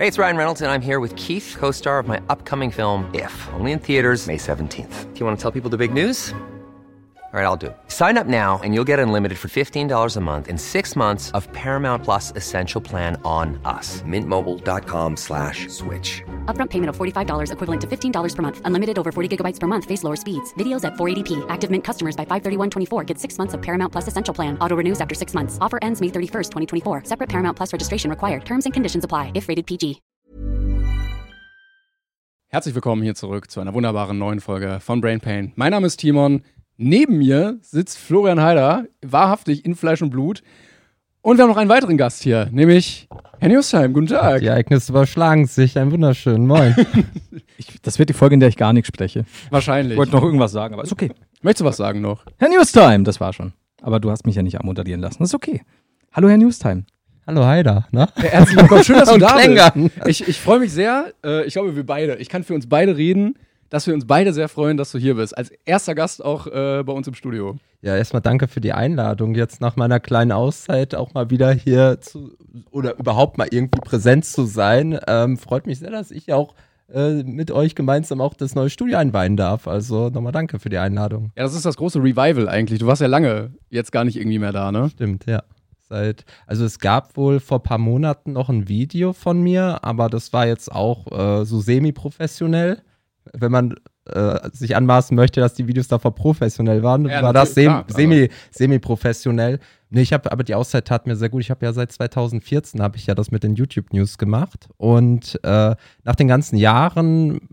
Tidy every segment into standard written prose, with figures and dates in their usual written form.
Hey, it's Ryan Reynolds, and I'm here with Keith, co-star of my upcoming film, If, only in theaters May 17th. Do you want to tell people the big news? All right, I'll do it. Sign up now and you'll get unlimited for $15 a month and 6 months of Paramount Plus Essential Plan on us. MintMobile.com/switch. Upfront payment of $45 equivalent to $15 per month. Unlimited over 40 gigabytes per month. Face lower speeds. Videos at 480p. Active Mint customers by 531.24 get 6 months of Paramount Plus Essential Plan. Auto renews after 6 months. Offer ends May 31st, 2024. Separate Paramount Plus registration required. Terms and conditions apply if rated PG. Herzlich willkommen hier zurück zu einer wunderbaren neuen Folge von Brain Pain. Mein Name ist Timon. Neben mir sitzt Florian Heider, wahrhaftig in Fleisch und Blut. Und wir haben noch einen weiteren Gast hier, nämlich Herr Newstime. Guten Tag. Die Ereignisse überschlagen sich. Einen wunderschönen Moin. Das wird die Folge, in der ich gar nichts spreche. Wahrscheinlich. Ich wollte noch irgendwas sagen, aber ist okay. Möchtest du was sagen noch? Herr Newstime, das war schon. Aber du hast mich ja nicht ammoderieren lassen. Das ist okay. Hallo, Herr Newstime. Hallo Heider. Na? Ja, herzlich willkommen. Schön, dass du da Klängern. bist. Ich freue mich sehr. Ich glaube, wir beide. Ich kann für uns beide reden, dass wir uns beide sehr freuen, dass du hier bist. Als erster Gast auch bei uns im Studio. Ja, erstmal danke für die Einladung. Jetzt nach meiner kleinen Auszeit auch mal wieder hier oder überhaupt mal irgendwie präsent zu sein. Freut mich sehr, dass ich auch mit euch gemeinsam auch das neue Studio einweihen darf. Also nochmal danke für die Einladung. Ja, das ist das große Revival eigentlich. Du warst ja lange jetzt gar nicht irgendwie mehr da, ne? Stimmt, ja. Also es gab wohl vor ein paar Monaten noch ein Video von mir, aber das war jetzt auch so semi-professionell. Wenn man sich anmaßen möchte, dass die Videos davor professionell waren, ja, war das semi-professionell. Nee, aber die Auszeit tat mir sehr gut. Ich habe ja seit 2014 habe ich ja das mit den YouTube-News gemacht und nach den ganzen Jahren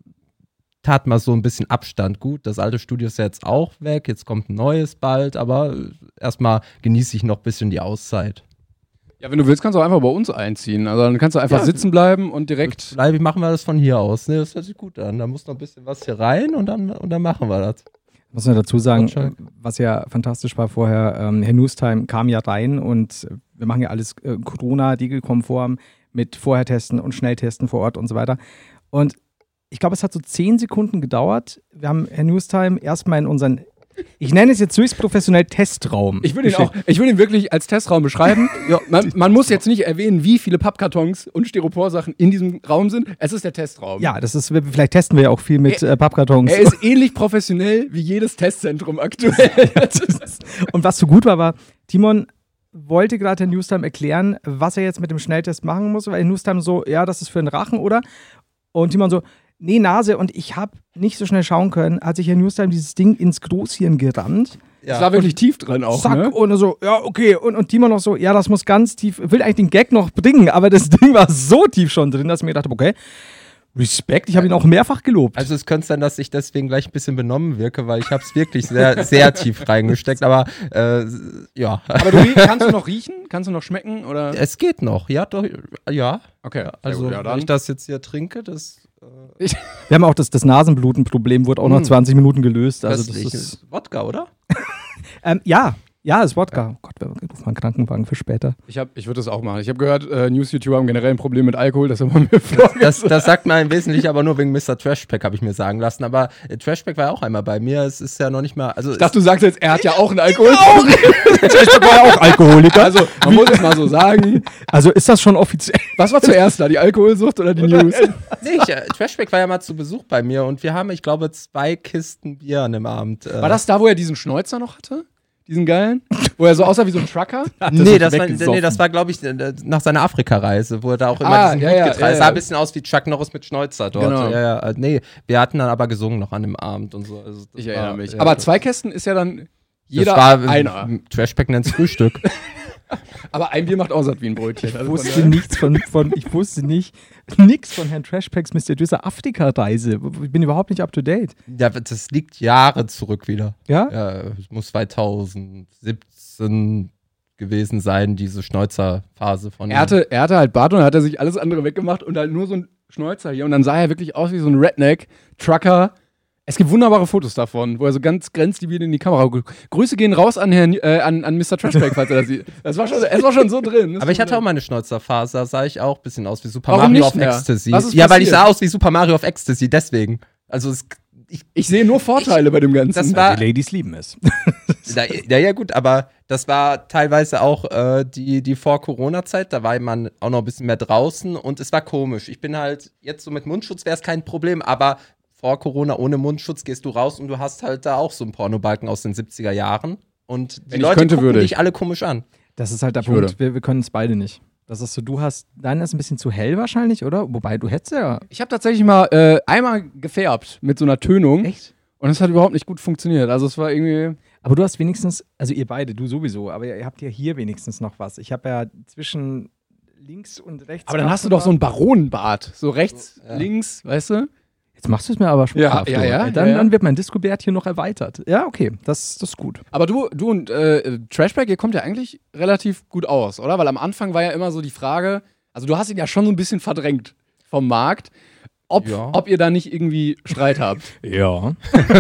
tat mal so ein bisschen Abstand. Gut, das alte Studio ist ja jetzt auch weg, jetzt kommt ein neues bald, aber erstmal genieße ich noch ein bisschen die Auszeit. Ja, wenn du willst, kannst du auch einfach bei uns einziehen. Also dann kannst du einfach sitzen bleiben und direkt... Machen wir das von hier aus. Ne, das hört sich gut an. Da muss noch ein bisschen was hier rein und dann machen wir das. Ich muss nur dazu sagen, was ja fantastisch war vorher, Herr Newstime kam ja rein und wir machen ja alles Corona-Regelkonform mit Vorhertesten und Schnelltesten vor Ort und so weiter. Und ich glaube, es hat so 10 Sekunden gedauert. Wir haben Herrn Newstime erstmal in unseren, ich nenne es jetzt höchst professionell, Testraum. Ich will ihn wirklich als Testraum beschreiben. Ja, man muss jetzt nicht erwähnen, wie viele Pappkartons und Styroporsachen in diesem Raum sind. Es ist der Testraum. Ja, vielleicht testen wir ja auch viel mit Pappkartons. Er ist ähnlich professionell wie jedes Testzentrum aktuell. Und was so gut war, Timon wollte gerade Herrn Newstime erklären, was er jetzt mit dem Schnelltest machen muss, weil Herr Newstime so, ja, das ist für den Rachen, oder? Und Timon so, nee, Nase, und ich habe nicht so schnell schauen können, hat sich Herr Newstime dieses Ding ins Großhirn gerammt. Ja. Das war wirklich tief drin auch, zack, ne? Und so, ja, okay. Und Timon noch so, ja, das muss ganz tief, will eigentlich den Gag noch bringen, aber das Ding war so tief schon drin, dass ich mir gedacht habe, okay, Respekt, ich habe ihn auch mehrfach gelobt. Also es könnte sein, dass ich deswegen gleich ein bisschen benommen wirke, weil ich habe es wirklich sehr, sehr tief reingesteckt, aber ja. Aber kannst du noch riechen? Kannst du noch schmecken? Oder? Es geht noch, ja, doch, ja. Okay, also gut, ja, wenn ich das jetzt hier trinke, das... Wir haben auch das Nasenbluten-Problem, wurde auch nach 20 Minuten gelöst. Also das ist Wodka, oder? Ja, das ist Wodka. Oh Gott, wir rufen mal einen Krankenwagen für später. Ich würde das auch machen. Ich habe gehört, News-YouTuber haben generell ein Problem mit Alkohol, das haben wir mir das sagt man im Wesentlichen aber nur wegen Mr. Trashpack, habe ich mir sagen lassen. Aber Trashpack war ja auch einmal bei mir. Es ist ja noch nicht mal. Also ich dachte, du sagst jetzt, er hat ja auch ein Alkohol. Trashpack war ja auch Alkoholiker. Also, man muss es mal so sagen. Also, ist das schon offiziell? Was war zuerst da, die Alkoholsucht oder die News? Nee, Trashpack war ja mal zu Besuch bei mir und wir haben, ich glaube, 2 Kisten Bier an dem Abend. War das da, wo er diesen Schnäuzer noch hatte? Diesen geilen? Wo er so aussah wie so ein Trucker? Das war, glaube ich, nach seiner Afrika-Reise, wo er da auch immer diesen Hut getragen hat. Sah ein bisschen aus wie Chuck Norris mit Schnäuzer dort. Genau. Ja. Nee, wir hatten dann aber gesungen noch an dem Abend und so. Also ich erinnere mich. Aber 2 Kästen ist ja dann jeder einer. Trashpack nennt's Frühstück. Aber ein Bier macht auch satt wie ein Brötchen. Also ich wusste nichts von Herrn Trashpacks mysteriöser Afrika-Reise. Ich bin überhaupt nicht up to date. Ja, das liegt Jahre zurück wieder. Ja? Ja, es muss 2017 gewesen sein, diese Schnäuzer-Phase von ihm. Er hatte halt Bart und dann hat er sich alles andere weggemacht und halt nur so ein Schnäuzer hier. Und dann sah er wirklich aus wie so ein Redneck-Trucker. Es gibt wunderbare Fotos davon, wo er so ganz grenzdebil in die Kamera guckt. Grüße gehen raus an Mr. Trashpack, falls er das sieht. Es war schon so drin. Aber ich hatte auch mal eine Schneuzerphase, da sah ich auch ein bisschen aus wie Super Mario auf Ecstasy. Ja, weil ich sah aus wie Super Mario auf Ecstasy, deswegen. Also ich sehe nur Vorteile bei dem Ganzen. Die Ladies lieben es. Ja, gut, aber das war teilweise auch die Vor-Corona-Zeit, da war man auch noch ein bisschen mehr draußen und es war komisch. Ich bin halt, jetzt so mit Mundschutz wäre es kein Problem, aber vor Corona ohne Mundschutz gehst du raus und du hast halt da auch so einen Pornobalken aus den 70er Jahren und die Leute gucken dich alle komisch an. Das ist halt der Punkt, wir können es beide nicht. Das ist so, dein ist ein bisschen zu hell wahrscheinlich, oder? Wobei, du hättest ja... Ich habe tatsächlich mal einmal gefärbt mit so einer Tönung. Echt? Und es hat überhaupt nicht gut funktioniert. Also es war irgendwie... Aber du hast wenigstens, also ihr beide, du sowieso, aber ihr habt ja hier wenigstens noch was. Ich habe ja zwischen links und rechts... Aber dann hast du doch so ein Baronenbart. So rechts, links, weißt du? Jetzt machst du es mir aber schmackhaft. Dann wird mein Disco-Bert hier noch erweitert. Ja, okay, das ist gut. Aber du und Trashback, ihr kommt ja eigentlich relativ gut aus, oder? Weil am Anfang war ja immer so die Frage, also du hast ihn ja schon so ein bisschen verdrängt vom Markt, ob ihr da nicht irgendwie Streit habt. Ja.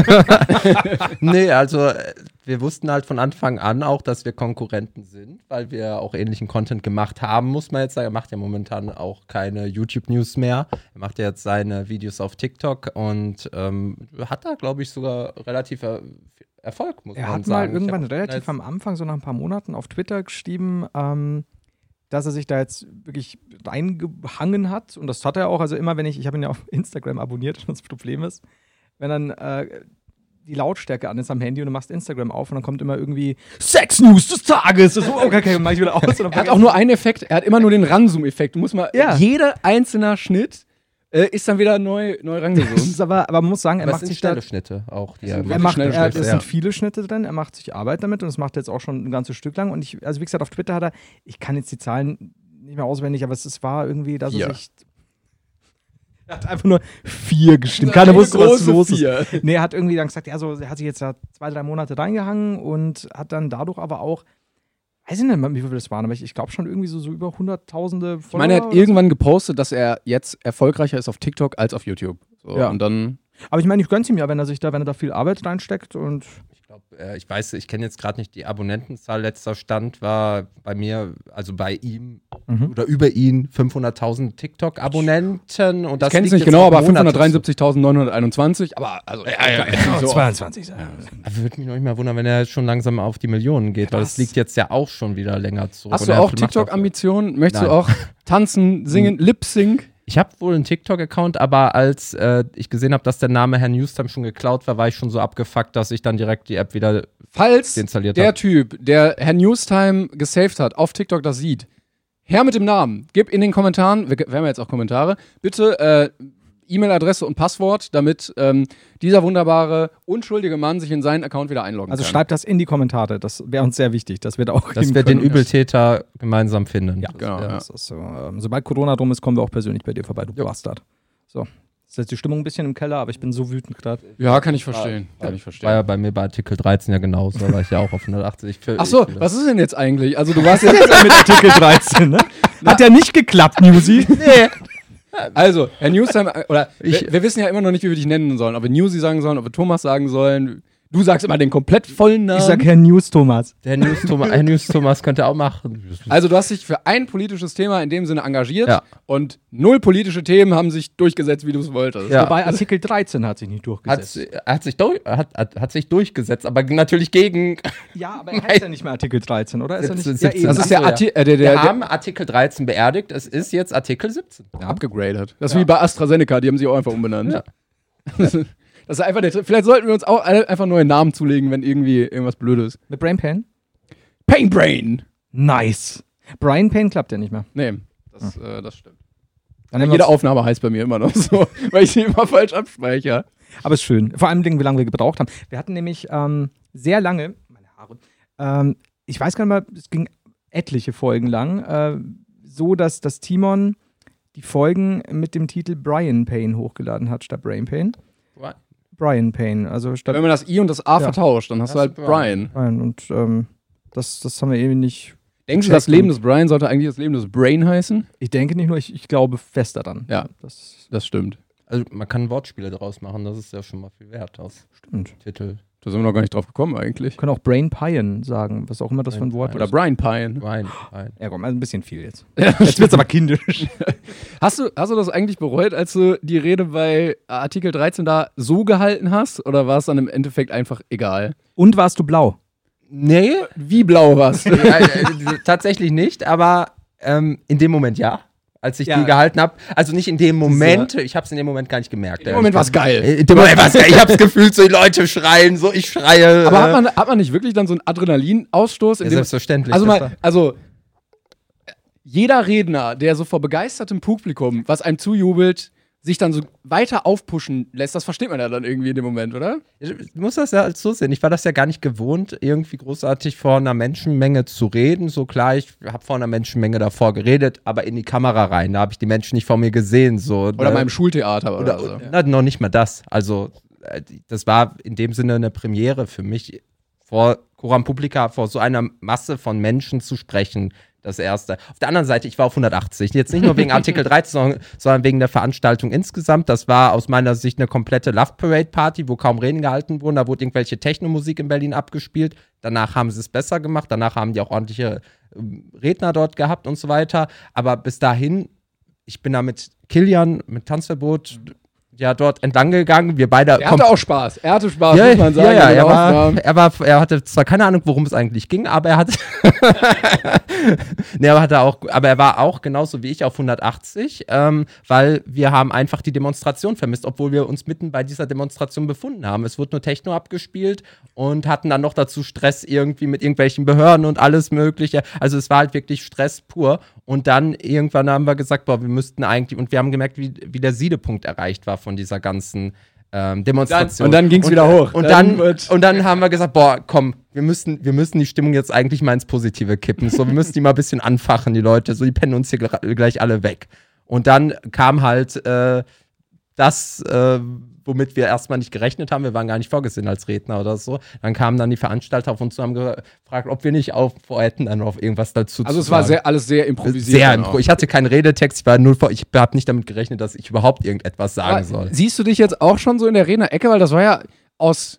Nee, also wir wussten halt von Anfang an auch, dass wir Konkurrenten sind, weil wir auch ähnlichen Content gemacht haben, muss man jetzt sagen. Er macht ja momentan auch keine YouTube-News mehr. Er macht ja jetzt seine Videos auf TikTok und hat da, glaube ich, sogar relativ Erfolg, muss man sagen. Er hat mal irgendwann relativ am Anfang, so nach ein paar Monaten, auf Twitter geschrieben, dass er sich da jetzt wirklich reingehangen hat. Und das hat er auch. Also immer, wenn ich habe ihn ja auf Instagram abonniert, und das Problem ist, wenn dann die Lautstärke an ist am Handy und du machst Instagram auf und dann kommt immer irgendwie Sex-News des Tages. So, okay, mach ich wieder aus. Er hat auch nur einen Effekt, er hat immer nur den Ranzoom-Effekt. Du musst mal, jeder einzelne Schnitt ist dann wieder neu rangezoomt. aber man muss sagen, er macht sich schnelle Schnitte auch. Es sind viele Schnitte drin, er macht sich Arbeit damit und das macht er jetzt auch schon ein ganzes Stück lang. Und also wie gesagt, auf Twitter hat er, ich kann jetzt die Zahlen nicht mehr auswendig, aber es war irgendwie, dass er sich... Er hat einfach nur 4 geschrieben. Keiner wusste, was los ist. Nee, er hat irgendwie dann gesagt, er hat sich jetzt 2-3 Monate reingehangen und hat dann dadurch aber auch, weiß ich nicht mehr, wie viel das waren, aber ich glaube schon irgendwie so über 100.000 Follower. Ich meine, er hat irgendwann gepostet, dass er jetzt erfolgreicher ist auf TikTok als auf YouTube. So, ja. Und dann... Aber ich meine, ich gönn's ihm ja, wenn er da viel Arbeit reinsteckt und... Ich weiß, ich kenne jetzt gerade nicht die Abonnentenzahl. Letzter Stand war bei mir, also bei ihm oder über ihn 500.000 TikTok-Abonnenten. Und das ich kenne es nicht genau, aber 573.921. Aber also 22 sein. Würde mich noch nicht mal wundern, wenn er schon langsam auf die Millionen geht, weil es liegt jetzt ja auch schon wieder länger zurück. Hast du auch TikTok-Ambitionen? Möchtest du auch tanzen, singen, Lip-Sync? Ich habe wohl einen TikTok-Account, aber als ich gesehen habe, dass der Name Herr Newstime schon geklaut war ich schon so abgefuckt, dass ich dann direkt die App wieder deinstalliert habe. Der Typ, der Herr Newstime gesaved hat, auf TikTok das sieht, Herr mit dem Namen, gib in den Kommentaren, wir haben ja jetzt auch Kommentare, bitte E-Mail-Adresse und Passwort, damit dieser wunderbare, unschuldige Mann sich in seinen Account wieder einloggen kann. Also schreibt das in die Kommentare, das wäre uns sehr wichtig, dass wir da auch den Übeltäter gemeinsam finden. Ja, genau. Das ist so. Sobald Corona drum ist, kommen wir auch persönlich bei dir vorbei, du Bastard. So. Ist jetzt die Stimmung ein bisschen im Keller, aber ich bin so wütend gerade. Ja, kann ich verstehen. War ja bei mir bei Artikel 13 ja genauso, da war ich ja auch auf 180. Achso, was ist denn jetzt eigentlich? Also du warst jetzt mit Artikel 13, ne? Hat ja nicht geklappt, Newsy. Nee. Also, Herr Newstime, oder wir wissen ja immer noch nicht, wie wir dich nennen sollen. Ob wir Newsy sagen sollen, ob wir Thomas sagen sollen. Du sagst immer den komplett vollen Namen. Ich sag Herr News-Thomas. Herr News-Thomas könnte auch machen. Also du hast dich für ein politisches Thema in dem Sinne engagiert und 0 politische Themen haben sich durchgesetzt, wie du es wolltest. Ja. Wobei Artikel 13 hat sich nicht durchgesetzt. Hat sich durchgesetzt, aber natürlich gegen... Ja, aber er heißt ja nicht mehr Artikel 13, oder? Ist 17, er nicht? Das ist der Wir haben Artikel 13 beerdigt, es ist jetzt Artikel 17. Ja, abgegradet. Das ist wie bei AstraZeneca, die haben sich auch einfach umbenannt. Ja. Das ist einfach vielleicht sollten wir uns auch einfach neue Namen zulegen, wenn irgendwie irgendwas Blödes. Mit Brain Pain? Pain Brain! Nice. Brian Pain klappt ja nicht mehr. Nee, das stimmt. Jede Aufnahme heißt bei mir immer noch so, weil ich sie immer falsch abspeichere. Aber ist schön. Vor allem, wie lange wir gebraucht haben. Wir hatten nämlich sehr lange, meine Haare, ich weiß gar nicht mal, es ging etliche Folgen lang, so dass das Timon die Folgen mit dem Titel Brian Pain hochgeladen hat, statt Brain Pain. Brian Pain. Also statt wenn man das I und das A vertauscht, dann hast du halt Brian. Und das haben wir eben nicht. Denkst du, das Leben des Brian sollte eigentlich das Leben des Brain heißen? Ich denke nicht nur, ich glaube fest daran. Ja, das stimmt. Also man kann Wortspiele daraus machen, das ist ja schon mal viel wert aus Titel. Da sind wir noch gar nicht drauf gekommen eigentlich. Wir können auch Brain Pien sagen, was auch immer das für ein Wort ist. Oder Brian Pien. Ja, komm, also ein bisschen viel jetzt. Jetzt wird's aber kindisch. Hast du das eigentlich bereut, als du die Rede bei Artikel 13 da so gehalten hast? Oder war es dann im Endeffekt einfach egal? Und warst du blau? Nee. Wie blau warst du? Tatsächlich nicht, aber in dem Moment ja. Als ich Ja. die gehalten habe. Also nicht in dem Moment, ich habe es in dem Moment gar nicht gemerkt. In dem Moment war es geil. In dem Moment war es geil. Ich habe es gefühlt, so die Leute schreien, so ich schreie. Aber hat man nicht wirklich dann so einen Adrenalinausstoß? Ja, selbstverständlich. Also jeder Redner, der so vor begeistertem Publikum, was einem zujubelt, sich dann so weiter aufpushen lässt, das versteht man ja dann irgendwie in dem Moment, oder? Du musst das ja so sehen. Ich war das ja gar nicht gewohnt, irgendwie großartig vor einer Menschenmenge zu reden. So klar, ich habe vor einer Menschenmenge davor geredet, aber in die Kamera rein. Da habe ich die Menschen nicht vor mir gesehen. So, Oder beim Schultheater oder so. Na, noch nicht mal das. Also, das war in dem Sinne eine Premiere für mich, vor Coram Publica, vor so einer Masse von Menschen zu sprechen. Das Erste. Auf der anderen Seite, ich war auf 180. Jetzt nicht nur wegen Artikel 13, sondern wegen der Veranstaltung insgesamt. Das war aus meiner Sicht eine komplette Love Parade Party, wo kaum Reden gehalten wurden. Da wurde irgendwelche Techno-Musik in Berlin abgespielt. Danach haben sie es besser gemacht. Danach haben die auch ordentliche Redner dort gehabt und so weiter. Aber bis dahin, ich bin da mit Kilian, mit Tanzverbot, ja, dort entlang gegangen. Wir beide. Er hatte auch Spaß. Er hatte Spaß, ja, muss man sagen. Ja, er hatte zwar keine Ahnung, worum es eigentlich ging, aber er hatte. Aber er war auch genauso wie ich auf 180, weil wir haben einfach die Demonstration vermisst, obwohl wir uns mitten bei dieser Demonstration befunden haben. Es wurde nur Techno abgespielt und hatten dann noch dazu Stress irgendwie mit irgendwelchen Behörden und alles Mögliche. Also es war halt wirklich Stress pur. Und dann irgendwann haben wir gesagt, boah, wir müssten eigentlich, und wir haben gemerkt, wie der Siedepunkt erreicht war von dieser ganzen Demonstration. Und dann ging es wieder hoch. Und dann haben wir gesagt, boah, komm, wir müssen die Stimmung jetzt eigentlich mal ins Positive kippen. So, wir müssen die mal ein bisschen anfachen, die Leute. So, die pennen uns hier gleich alle weg. Und dann kam halt das, womit wir erstmal nicht gerechnet haben. Wir waren gar nicht vorgesehen als Redner oder so. Dann kamen dann die Veranstalter auf uns zu, haben gefragt, ob wir nicht hätten, dann noch irgendwas dazu also zu sagen. Also es war alles sehr improvisiert. Ich hatte keinen Redetext, ich habe nicht damit gerechnet, dass ich überhaupt irgendetwas sagen soll. Siehst du dich jetzt auch schon so in der Redner-Ecke? Weil das war ja aus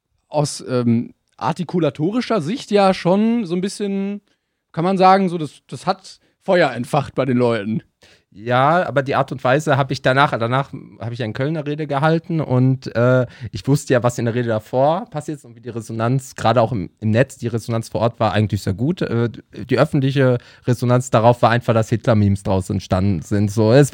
artikulatorischer Sicht ja schon so ein bisschen, kann man sagen, so das hat Feuer entfacht bei den Leuten. Ja, aber die Art und Weise habe ich danach habe ich eine Kölner Rede gehalten und ich wusste ja, was in der Rede davor passiert ist und wie die Resonanz, gerade auch im Netz, die Resonanz vor Ort war eigentlich sehr gut. Die öffentliche Resonanz darauf war einfach, dass Hitler-Memes draus entstanden sind. So, es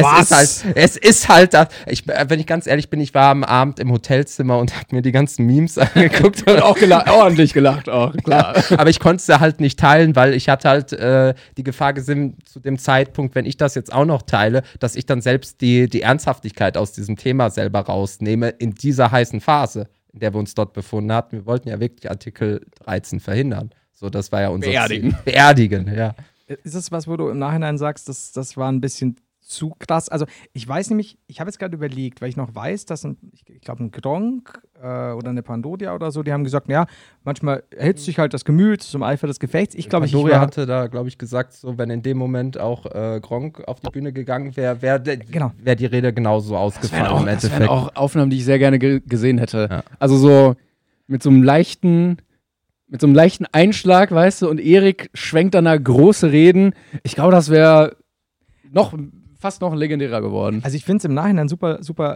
ist halt, wenn ich ganz ehrlich bin, ich war am Abend im Hotelzimmer und habe mir die ganzen Memes angeguckt. Und auch ordentlich gelacht, auch, klar. Aber ich konnte es halt nicht teilen, weil ich hatte halt die Gefahr gesehen, zu dem Zeitpunkt, wenn ich das jetzt auch noch teile, dass ich dann selbst die Ernsthaftigkeit aus diesem Thema selber rausnehme in dieser heißen Phase, in der wir uns dort befunden hatten. Wir wollten ja wirklich Artikel 13 verhindern. So, das war ja unser Ziel. Beerdigen, ja. Ist das was, wo du im Nachhinein sagst, das war ein bisschen zu krass? Also ich weiß nämlich, ich habe jetzt gerade überlegt, weil ich noch weiß, dass ich glaube ein Gronkh oder eine Pandoria oder so, die haben gesagt, ja, manchmal erhitzt sich halt das Gemüt zum Eifer des Gefechts. Pandoria hatte da, glaube ich, gesagt, so wenn in dem Moment auch Gronkh auf die Bühne gegangen wäre, wäre die Rede genauso ausgefallen im Endeffekt. Das wären auch Aufnahmen, die ich sehr gerne gesehen hätte. Ja. Also so mit so einem leichten Einschlag, weißt du, und Erik schwenkt dann da große Reden. Ich glaube, das wäre fast noch legendärer geworden. Also ich finde es im Nachhinein super, super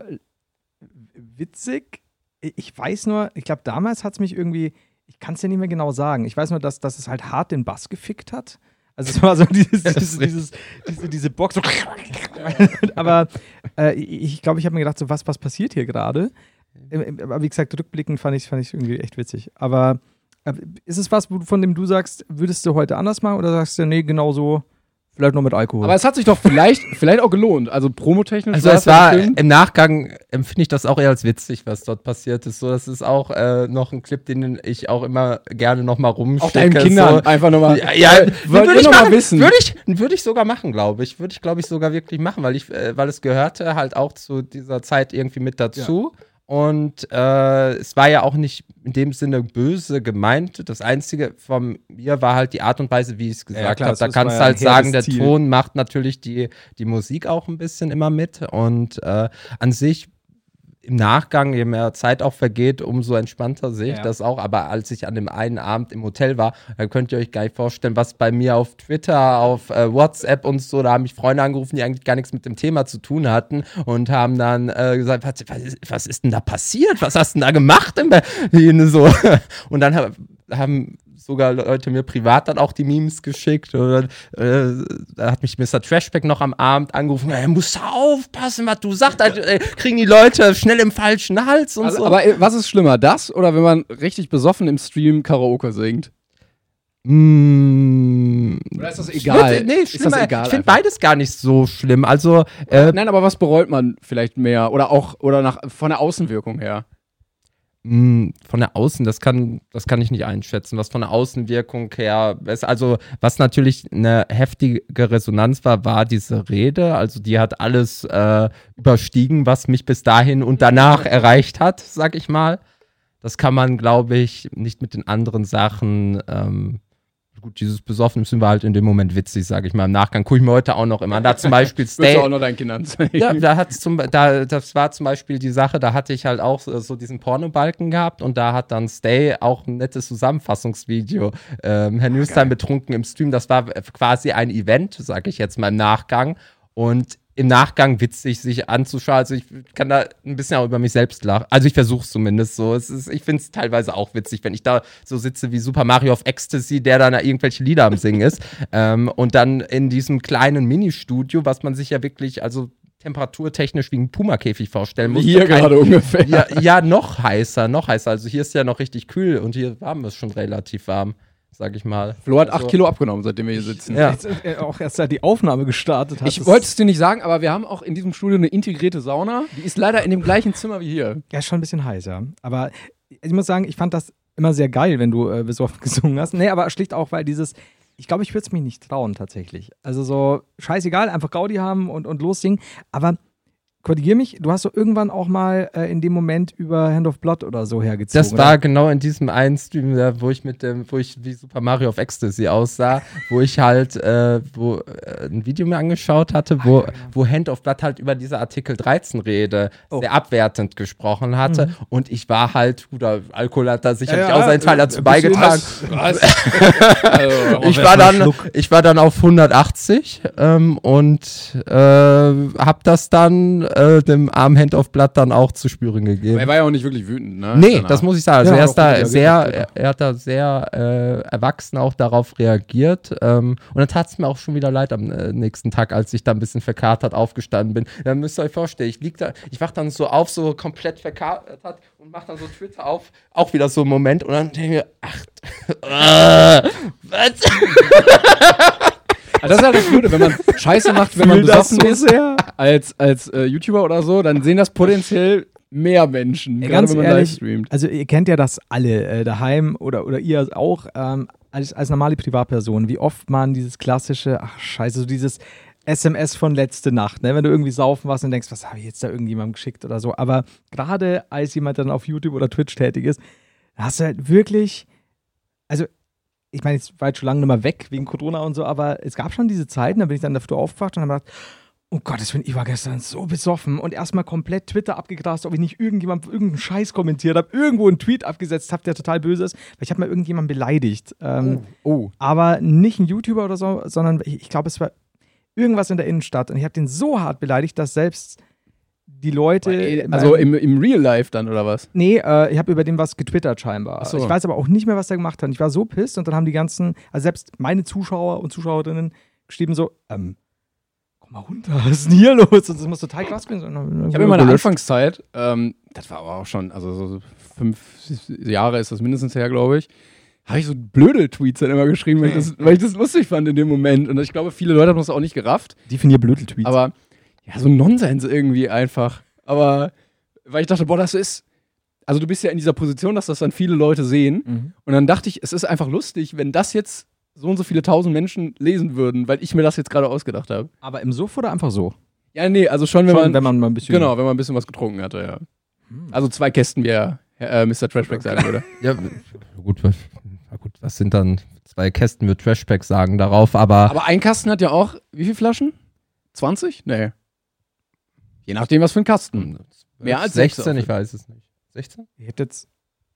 witzig. Ich weiß nur, ich glaube, damals hat es mich irgendwie, ich kann es ja nicht mehr genau sagen. Ich weiß nur, dass es halt hart den Bass gefickt hat. Also es war so diese Box. So aber ich glaube, ich habe mir gedacht, so was passiert hier gerade? Aber wie gesagt, rückblickend fand ich irgendwie echt witzig. Aber ist es was, von dem du sagst, würdest du heute anders machen oder sagst du, nee, genau so, vielleicht noch mit Alkohol? Aber es hat sich doch vielleicht auch gelohnt. Also promotechnisch. Also es war im Nachgang, empfinde ich das auch eher als witzig, was dort passiert ist. So, das ist auch noch ein Clip, den ich auch immer gerne nochmal rumschicke. Auch deinen Kindern so. einfach nochmal. Ja, würde ich noch mal wissen. Würde ich sogar machen, glaube ich. Würde ich, glaube ich, sogar wirklich machen, weil es gehörte halt auch zu dieser Zeit irgendwie mit dazu. Ja. Und es war ja auch nicht in dem Sinne böse gemeint. Das Einzige von mir war halt die Art und Weise, wie ich es gesagt habe. Da kannst du halt sagen, der Ton macht natürlich die Musik auch ein bisschen immer mit. Und an sich im Nachgang, je mehr Zeit auch vergeht, umso entspannter sehe ich das auch. Aber als ich an dem einen Abend im Hotel war, dann könnt ihr euch gar nicht vorstellen, was bei mir auf Twitter, auf WhatsApp und so, da haben mich Freunde angerufen, die eigentlich gar nichts mit dem Thema zu tun hatten und haben dann gesagt, was ist denn da passiert? Was hast du denn da gemacht in Berlin? So. Und dann haben sogar Leute mir privat dann auch die Memes geschickt. Oder da hat mich Mr. Trashback noch am Abend angerufen, musst du aufpassen, was du sagst, kriegen die Leute schnell im falschen Hals und so. Aber was ist schlimmer, das oder wenn man richtig besoffen im Stream Karaoke singt? Oder ist das egal? Nee, schlimmer. Ich finde beides gar nicht so schlimm. Also, nein, aber was bereut man vielleicht mehr? Oder von der Außenwirkung her? Von der Außen, das kann ich nicht einschätzen. Was von der Außenwirkung her, also was natürlich eine heftige Resonanz war diese Rede. Also die hat alles überstiegen, was mich bis dahin und danach erreicht hat, sag ich mal. Das kann man, glaube ich, nicht mit den anderen Sachen gut, dieses Besoffen sind wir halt in dem Moment witzig, sage ich mal. Im Nachgang gucke ich mir heute auch noch immer an. Da zum Beispiel Stay. Willst du auch noch deinen Kindern zeigen? Ja, das war zum Beispiel die Sache, da hatte ich halt auch so diesen Pornobalken gehabt und da hat dann Stay auch ein nettes Zusammenfassungsvideo. Herr Newstime betrunken im Stream, das war quasi ein Event, sage ich jetzt mal im Nachgang. Und im Nachgang witzig, sich anzuschauen. Also ich kann da ein bisschen auch über mich selbst lachen. Also ich versuche es zumindest so. Ich finde es teilweise auch witzig, wenn ich da so sitze wie Super Mario of Ecstasy, der dann da irgendwelche Lieder am Singen ist. Und dann in diesem kleinen Ministudio, was man sich ja wirklich, also temperaturtechnisch wie ein Puma-Käfig vorstellen muss. Hier gerade ungefähr. Ja, noch heißer. Also hier ist ja noch richtig kühl und hier warm ist schon relativ warm. Sag ich mal. Flo hat 8 Kilo abgenommen, seitdem wir hier sitzen. Ja. Auch erst seit die Aufnahme gestartet hat. Ich wollte es dir nicht sagen, aber wir haben auch in diesem Studio eine integrierte Sauna. Die ist leider in dem gleichen Zimmer wie hier. Ja, ist schon ein bisschen heiß, ja. Aber ich muss sagen, ich fand das immer sehr geil, wenn du besoffen gesungen hast. Nee, aber schlicht auch, weil ich glaube, ich würde es mich nicht trauen tatsächlich. Also so, scheißegal, einfach Gaudi haben und lossingen. Aber korrigier mich, du hast doch irgendwann auch mal in dem Moment über Hand of Blood oder so hergezogen. Das war genau in diesem einen Stream, wo ich wie Super Mario of Ecstasy aussah, wo ich halt ein Video mir angeschaut hatte, wo Hand of Blood halt über diese Artikel 13 Rede sehr abwertend gesprochen hatte. Und ich war halt, guter Alkohol hat da sicherlich auch seinen Teil dazu beigetragen. Ich war dann auf 180 und hab das dann dem armen Hand of Blood dann auch zu spüren gegeben. Er war ja auch nicht wirklich wütend, ne? Nee, das muss ich sagen. Also er hat da sehr erwachsen auch darauf reagiert. Und dann tat es mir auch schon wieder leid am nächsten Tag, als ich da ein bisschen verkatert aufgestanden bin. Dann müsst ihr euch vorstellen, ich wach dann so auf, so komplett verkatert und mach dann so Twitter auf, auch wieder so einen Moment und dann denke ich mir, was? Das ist halt das Blöde, wenn man Scheiße macht, wenn man besoffen ist, als YouTuber oder so, dann sehen das potenziell mehr Menschen, gerade ganz wenn man ehrlich, live streamt. Also ihr kennt ja das alle daheim oder ihr auch als normale Privatperson, wie oft man dieses klassische, so dieses SMS von letzte Nacht, ne? Wenn du irgendwie saufen warst und denkst, was habe ich jetzt da irgendjemandem geschickt oder so, aber gerade als jemand dann auf YouTube oder Twitch tätig ist, hast du halt wirklich, also ich meine, jetzt war jetzt schon lange nicht mehr weg wegen Corona und so, aber es gab schon diese Zeiten, da bin ich dann dafür aufgewacht und habe gedacht, oh Gott, ich war gestern so besoffen und erstmal komplett Twitter abgegrast, ob ich nicht irgendeinen Scheiß kommentiert habe, irgendwo einen Tweet abgesetzt habe, der total böse ist, weil ich habe mal irgendjemanden beleidigt. Aber nicht ein YouTuber oder so, sondern ich glaube, es war irgendwas in der Innenstadt und ich habe den so hart beleidigt, dass selbst die Leute... Also im Real Life dann, oder was? Nee, ich habe über den was getwittert scheinbar. Ach so. Ich weiß aber auch nicht mehr, was der gemacht hat. Ich war so pisst und dann haben die ganzen, also selbst meine Zuschauer und Zuschauerinnen geschrieben so, komm mal runter, was ist denn hier los? Und das muss total krass sein. Ich habe in meiner Anfangszeit, das war aber auch schon, also so 5 Jahre ist das mindestens her, glaube ich, habe ich so blöde Tweets dann immer geschrieben, weil ich das lustig fand in dem Moment. Und ich glaube, viele Leute haben das auch nicht gerafft. Definier blöde Tweets. Aber ja, so Nonsens irgendwie einfach. Aber weil ich dachte, boah, das ist, also du bist ja in dieser Position, dass das dann viele Leute sehen. Mhm. Und dann dachte ich, es ist einfach lustig, wenn das jetzt so und so viele 1000 Menschen lesen würden, weil ich mir das jetzt gerade ausgedacht habe. Aber im Suff oder einfach so? Ja, nee, also schon, wenn man mal ein bisschen... Genau, wenn man ein bisschen was getrunken hatte, ja. Also 2 Kästen, wie Mr. Trashback sagen würde. Ja, gut, was sind dann 2 Kästen, wird Trashback sagen darauf, aber ein Kasten hat ja auch, wie viele Flaschen? 20? Nee. Je nachdem, was für ein Kasten. Mehr als 16, ich weiß es nicht. 16? Ihr habt jetzt...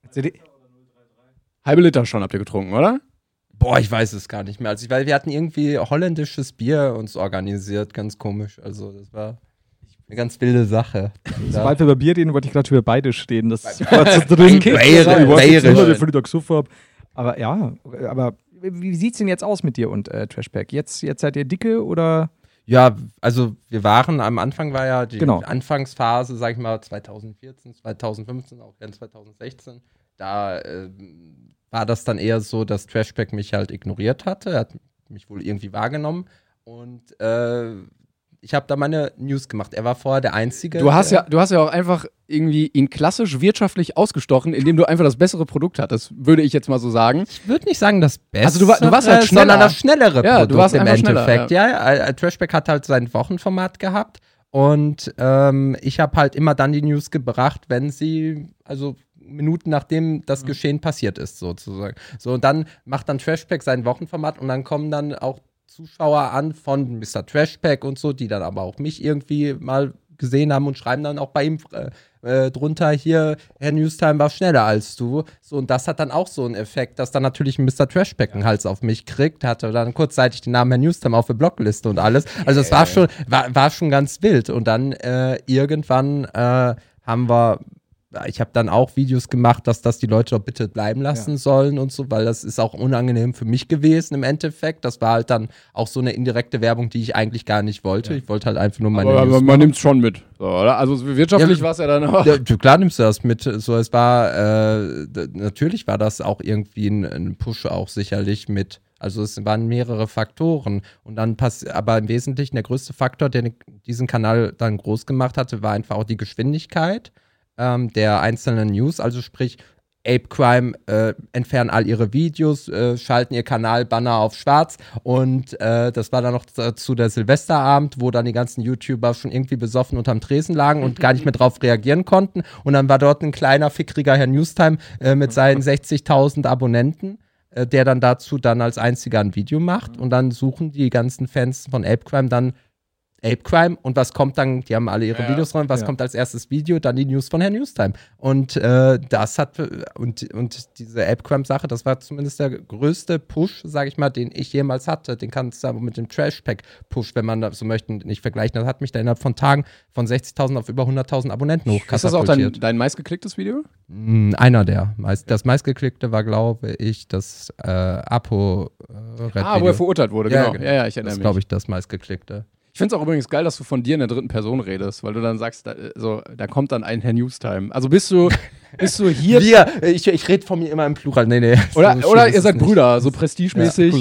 Halbe Liter schon habt ihr getrunken, oder? Boah, ich weiß es gar nicht mehr. Also, weil wir hatten irgendwie holländisches Bier uns organisiert, ganz komisch. Also das war eine ganz wilde Sache. Sobald wir über Bier reden, wollte ich gerade schon wieder beide stehen. Das war zu drin. Bayerisch. Aber ja, aber wie sieht's denn jetzt aus mit dir und Trashpack? Jetzt seid ihr dicke oder? Ja, also wir waren, am Anfang war ja die Genau. Anfangsphase, sag ich mal, 2014, 2015, auch in 2016. Da war das dann eher so, dass Trashpack mich halt ignoriert hatte. Er hat mich wohl irgendwie wahrgenommen. Und ich habe da meine News gemacht. Er war vorher der Einzige. Du hast ja auch einfach irgendwie ihn klassisch wirtschaftlich ausgestochen, indem du einfach das bessere Produkt hattest, würde ich jetzt mal so sagen. Ich würde nicht sagen das Beste, Also du warst halt schneller. sondern das schnellere Ja, Produkt du warst im einfach schneller, Endeffekt. Ja, Trashback hat halt sein Wochenformat gehabt und ich habe halt immer dann die News gebracht, wenn sie, also Minuten nachdem das Geschehen passiert ist, sozusagen. So, und dann macht dann Trashback sein Wochenformat und dann kommen dann auch Zuschauer an von Mr. Trashpack und so, die dann aber auch mich irgendwie mal gesehen haben und schreiben dann auch bei ihm drunter hier, Herr Newstime war schneller als du. So, und das hat dann auch so einen Effekt, dass dann natürlich Mr. Trashpack einen Hals auf mich kriegt, hatte dann kurzzeitig den Namen Herr Newstime auf der Blockliste und alles. Also es war schon ganz wild. Und dann irgendwann ich habe dann auch Videos gemacht, dass das die Leute doch bitte bleiben lassen sollen und so, weil das ist auch unangenehm für mich gewesen im Endeffekt. Das war halt dann auch so eine indirekte Werbung, die ich eigentlich gar nicht wollte. Ich wollte halt einfach nur meine Aber News man nimmt es schon mit. So, oder? Also wirtschaftlich war es ja dann auch. Ja, klar nimmst du das mit. So, es war, natürlich war das auch irgendwie ein Push auch sicherlich mit. Also es waren mehrere Faktoren und dann aber im Wesentlichen der größte Faktor, der diesen Kanal dann groß gemacht hatte, war einfach auch die Geschwindigkeit der einzelnen News, also sprich Apecrime entfernen all ihre Videos, schalten ihr Kanalbanner auf schwarz und das war dann noch dazu der Silvesterabend, wo dann die ganzen YouTuber schon irgendwie besoffen unterm Tresen lagen und gar nicht mehr drauf reagieren konnten und dann war dort ein kleiner, fickriger Herr Newstime mit seinen 60.000 Abonnenten, der dann dazu dann als einziger ein Video macht und dann suchen die ganzen Fans von Apecrime dann Apecrime und was kommt dann, die haben alle ihre Videos dran, was kommt als erstes Video, dann die News von Herrn Newstime. Und das hat, und diese Apecrime-Sache, das war zumindest der größte Push, sage ich mal, den ich jemals hatte. Den kannst du aber mit dem Trashpack-Push, wenn man das so möchte, nicht vergleichen. Das hat mich da innerhalb von Tagen von 60.000 auf über 100.000 Abonnenten hochkatapultiert. Ist das auch dein meistgeklicktes Video? Einer der. Das meistgeklickte war, glaube ich, das Apo-Red-Video. Wo er verurteilt wurde, genau. Ja, ich erinnere mich. Das ist, glaube ich, das meistgeklickte. Ich finde es auch übrigens geil, dass du von dir in der dritten Person redest, weil du dann sagst, da kommt dann ein Herr Newstime. Also bist du hier. Ich rede von mir immer im Plural. Nee. Oder ihr seid Brüder, so prestigemäßig.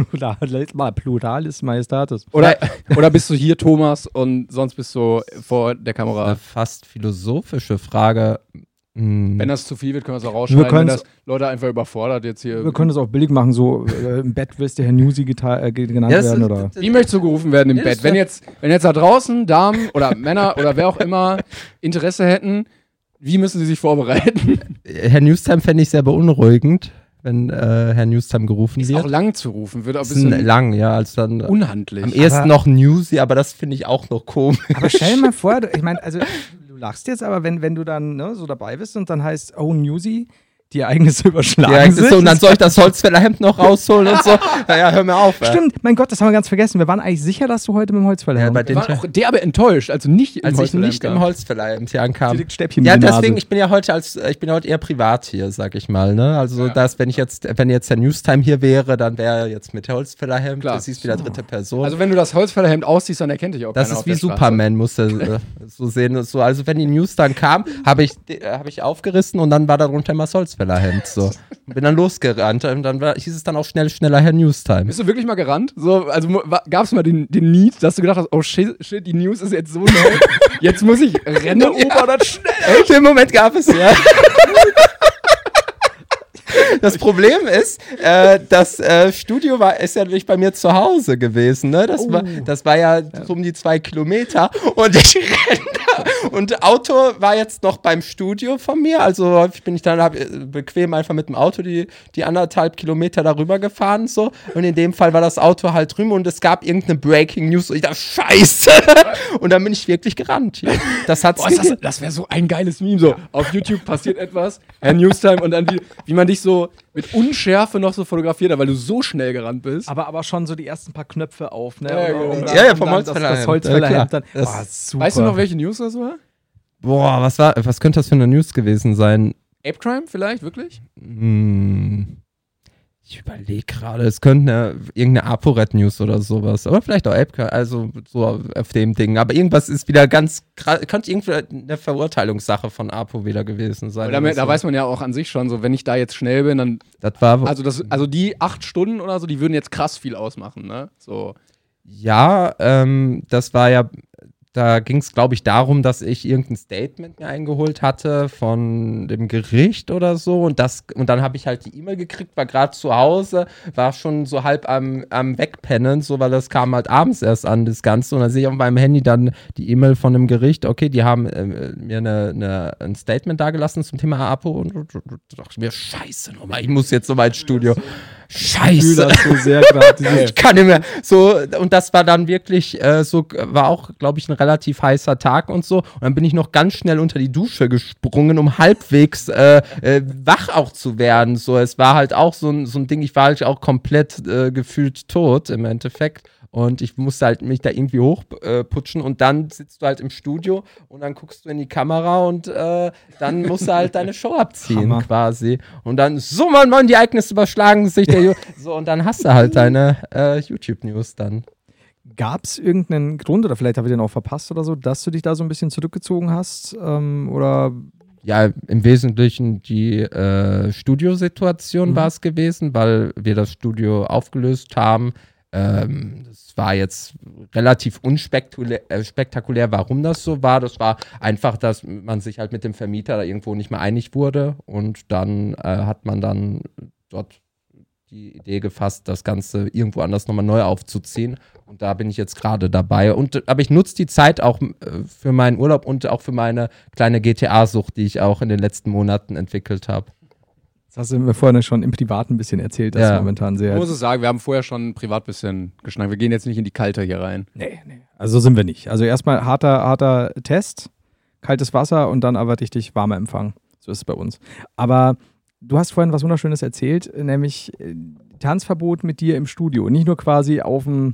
Pluralis Majestatis. Oder bist du hier Thomas und sonst bist du vor der Kamera? Eine fast philosophische Frage. Wenn das zu viel wird, können wir es auch rausschneiden, wenn das Leute einfach überfordert jetzt hier. Wir können das auch billig machen, so im Bett wirst du Herr Newsy genannt werden, oder? Wie möchtest du gerufen werden im Bett? Wenn jetzt da draußen Damen oder Männer oder wer auch immer Interesse hätten, wie müssen sie sich vorbereiten? Herr Newstime fände ich sehr beunruhigend, wenn Herr Newstime gerufen wird. Ist auch lang zu rufen, wird auch ein bisschen lang, ja, als dann unhandlich. Am ehesten noch Newsy, aber das finde ich auch noch komisch. Aber stell dir mal vor, ich meine, also du lachst jetzt, aber wenn du dann so dabei bist und dann heißt, oh, Newsy, die Ereignisse überschlagen sind. So, und dann soll ich das Holzfällerhemd noch rausholen und so. Naja, hör mir auf. Stimmt, mein Gott, das haben wir ganz vergessen. Wir waren eigentlich sicher, dass du heute mit dem Holzfällerhemd wir waren auch aber enttäuscht, also nicht im als ich nicht im Holzfällerhemd hier ankam. Stäbchen ja, deswegen, ich bin ja heute eher privat hier, sag ich mal. Ne? Also, wenn jetzt der Newstime hier wäre, dann wäre er jetzt mit Holzfällerhemd. Klar. Das ist wieder dritte Person. Also, wenn du das Holzfällerhemd ausziehst, dann erkennt dich auch keiner. Das ist wie Superman, muss er so sehen. So, also, wenn die News dann kam, habe ich aufgerissen und dann war darunter immer das Holzfällerhemd. So. Und bin dann losgerannt und dann hieß es dann auch schneller Herr Newstime. Bist du wirklich mal gerannt? So, also gab es mal den Need, dass du gedacht hast, oh shit, die News ist jetzt so neu, jetzt muss ich rennen, das schnell. Echt? Im Moment gab es ja. Das Problem ist, das Studio ist ja nicht bei mir zu Hause gewesen. Ne? Das war ja um die 2 Kilometer und ich renne da. Und Auto war jetzt noch beim Studio von mir. Also häufig bin ich dann bequem einfach mit dem Auto die 1,5 Kilometer darüber gefahren. So. Und in dem Fall war das Auto halt drüben und es gab irgendeine Breaking News. Und ich dachte, scheiße. Und dann bin ich wirklich gerannt. Das wäre so ein geiles Meme. So, auf YouTube passiert etwas, Herr Newstime und dann wie man dich so mit Unschärfe noch so fotografiert hat, weil du so schnell gerannt bist. Aber schon so die ersten paar Knöpfe auf, ne? Ja, vom Holzfällerhemd. Das Holzfällerhemd dann. Super. Weißt du noch, welche News das war? Boah, was könnte das für eine News gewesen sein? Apecrime vielleicht, wirklich? Ich überlege gerade, es könnte irgendeine ApoRed-News oder sowas. Oder vielleicht auch Epcot, also so auf dem Ding. Aber irgendwas ist wieder könnte irgendwie eine Verurteilungssache von Apo wieder gewesen sein. Da weiß man ja auch an sich schon, so wenn ich da jetzt schnell bin, dann. Das war. Also die 8 Stunden oder so, die würden jetzt krass viel ausmachen, ne? So. Ja, das war ja. Da ging es, glaube ich, darum, dass ich irgendein Statement mir eingeholt hatte von dem Gericht oder so. Und dann habe ich halt die E-Mail gekriegt, war gerade zu Hause, war schon so halb am Wegpennen, so, weil das kam halt abends erst an, das Ganze. Und dann sehe ich auf meinem Handy dann die E-Mail von dem Gericht, okay, die haben mir ein Statement dagelassen zum Thema APO. Und dachte mir, scheiße nochmal, ich muss jetzt nochmal ins Studio. Scheiße. Das so sehr gerade. Ich kann nicht mehr. So, und das war dann wirklich war auch, glaube ich, ein relativ heißer Tag und so. Und dann bin ich noch ganz schnell unter die Dusche gesprungen, um halbwegs wach auch zu werden. So, es war halt auch so ein Ding, ich war halt auch komplett gefühlt tot im Endeffekt. Und ich musste halt mich da irgendwie hochputschen und dann sitzt du halt im Studio und dann guckst du in die Kamera und dann musst du halt deine Show abziehen quasi. Und dann, so Mann, die Ereignisse überschlagen sich. So, und dann hast du halt deine YouTube-News dann. Gab es irgendeinen Grund, oder vielleicht habe ich den auch verpasst oder so, dass du dich da so ein bisschen zurückgezogen hast? Oder... Ja, im Wesentlichen die Studiosituation war es gewesen, weil wir das Studio aufgelöst haben. Das war jetzt relativ unspektakulär, warum das so war. Das war einfach, dass man sich halt mit dem Vermieter da irgendwo nicht mehr einig wurde und dann hat man dann dort die Idee gefasst, das Ganze irgendwo anders nochmal neu aufzuziehen. Und da bin ich jetzt gerade dabei. Aber ich nutze die Zeit auch für meinen Urlaub und auch für meine kleine GTA-Sucht, die ich auch in den letzten Monaten entwickelt habe. Das hast du mir vorhin schon im Privaten ein bisschen erzählt, dass du momentan sehr... Ich muss es sagen, wir haben vorher schon privat ein bisschen geschnackt. Wir gehen jetzt nicht in die Kalte hier rein. Nee. Also so sind wir nicht. Also erstmal harter Test, kaltes Wasser und dann aber richtig warmer Empfang. So ist es bei uns. Aber du hast vorhin was Wunderschönes erzählt, nämlich Tanzverbot mit dir im Studio. Nicht nur quasi auf dem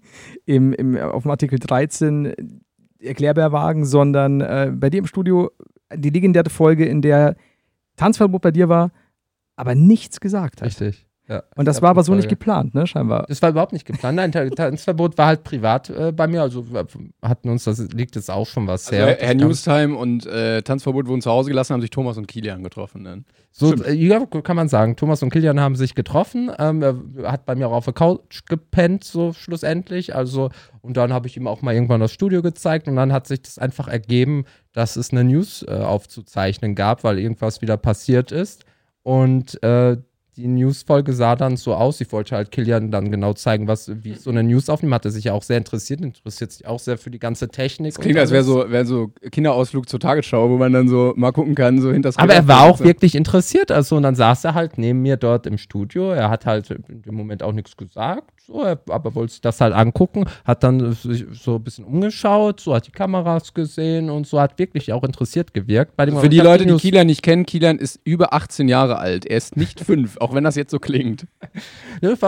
Artikel 13 Erklärbärwagen, sondern bei dir im Studio die legendäre Folge, in der Tanzverbot bei dir war, aber nichts gesagt hat. Richtig. Ja, und das war aber so nicht geplant, ne, scheinbar. Das war überhaupt nicht geplant. Nein, Tanzverbot war halt privat bei mir, also hatten uns, das liegt jetzt auch schon was her. Herr Newstime und Tanzverbot wurden zu Hause gelassen, haben sich Thomas und Kilian getroffen. Ne? So, ja, kann man sagen. Thomas und Kilian haben sich getroffen. Er hat bei mir auch auf der Couch gepennt, so schlussendlich. Also, und dann habe ich ihm auch mal irgendwann das Studio gezeigt und dann hat sich das einfach ergeben, dass es eine News aufzuzeichnen gab, weil irgendwas wieder passiert ist. Und die News-Folge sah dann so aus. Ich wollte halt Kilian dann genau zeigen, wie ich so eine News aufnehme. Hat er sich ja auch sehr interessiert sich auch sehr für die ganze Technik. Das klingt, als wäre so Kinderausflug zur Tagesschau, wo man dann so mal gucken kann, so hinter das Aber er war auch wirklich interessiert. Also, und dann saß er halt neben mir dort im Studio. Er hat halt in dem Moment auch nichts gesagt. So, aber wollte sich das halt angucken. Hat dann sich so ein bisschen umgeschaut. So hat die Kameras gesehen und so hat wirklich auch interessiert gewirkt. Für die Leute, die Kilian nicht kennen, Kilian ist über 18 Jahre alt. Er ist nicht 5, auch wenn das jetzt so klingt. Ja,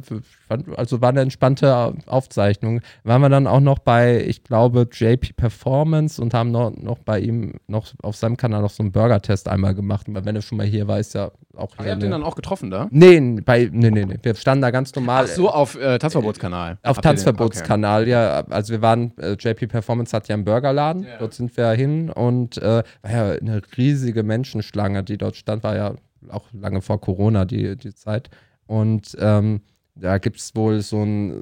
war eine entspannte Aufzeichnung. Waren wir dann auch noch bei, ich glaube, JP Performance und haben noch bei ihm noch auf seinem Kanal noch so einen Burger-Test einmal gemacht. Und wenn er schon mal hier war, ist ja auch hier. Ihr habt den dann auch getroffen da? Nee. Wir standen da ganz normal. Ach so, auf Tanzverbotskanal. Auf Tanzverbotskanal, okay. Ja. Also wir waren, JP Performance hat ja einen Burgerladen. Ja. Dort sind wir hin und war ja eine riesige Menschenschlange, die dort stand, war ja auch lange vor Corona die Zeit. Und da gibt es wohl so ein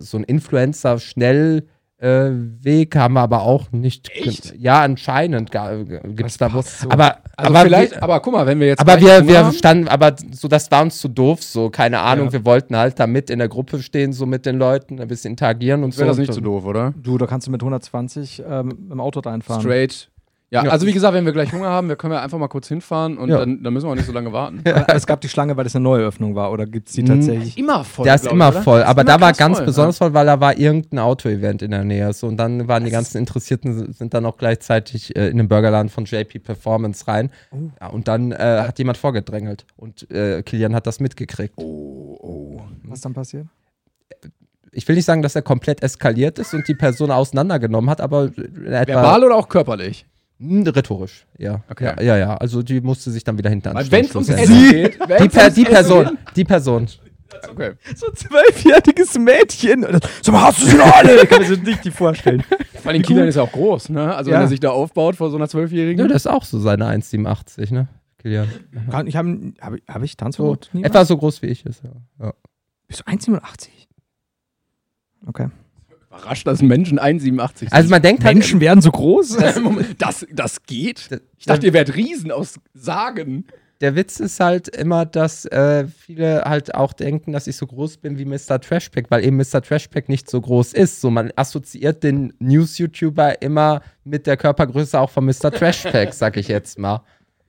Influencer-Schnellweg, haben wir aber auch nicht. Echt? Ja, anscheinend gibt es da wohl. So. Aber guck mal, wenn wir jetzt. Aber wir standen, aber so, das war uns zu doof, so, keine Ahnung, wir wollten halt da mit in der Gruppe stehen, so mit den Leuten, ein bisschen interagieren und so. Wäre das nicht zu doof, oder? Du, da kannst du mit 120 im Auto reinfahren. Straight. Ja, also wie gesagt, wenn wir gleich Hunger haben, können wir einfach mal kurz hinfahren und dann müssen wir auch nicht so lange warten. Es gab die Schlange, weil das eine Neueröffnung war, oder gibt es die tatsächlich? Immer voll. Der ist immer voll, aber da war ganz besonders voll, weil da war irgendein Auto-Event in der Nähe. So, und dann waren die ganzen Interessierten, sind dann auch gleichzeitig in den Burgerladen von JP Performance rein. Ja, und dann hat jemand vorgedrängelt und Kilian hat das mitgekriegt. Oh. Was dann passiert? Ich will nicht sagen, dass er komplett eskaliert ist und die Person auseinandergenommen hat, aber verbal oder auch körperlich? Rhetorisch, ja. Okay. Ja. Also die musste sich dann wieder hinten anstellen. Wenn es ums Essen geht. Die Person. Okay. So ein 12-jähriges Mädchen. So, hast du sie noch alle? Ich kann mir das nicht vorstellen. Weil in Kilian ist ja auch groß, ne? Also wenn er sich da aufbaut vor so einer 12-Jährigen. Ja, das ist auch so seine 1,87, ne? Kilian. Hab ich Tanzverbot? So, etwa so groß wie ich ist, ja. Bist du 1,87? Okay. Überrascht, dass Menschen 1,87 sind. Also man denkt halt, Menschen werden so groß? Das geht? Ich dachte, ihr wärt Riesen aus Sagen. der Witz ist halt immer, dass viele halt auch denken, dass ich so groß bin wie Mr. Trashpack, weil eben Mr. Trashpack nicht so groß ist. So, man assoziiert den News-YouTuber immer mit der Körpergröße auch von Mr. Trashpack, sag ich jetzt mal.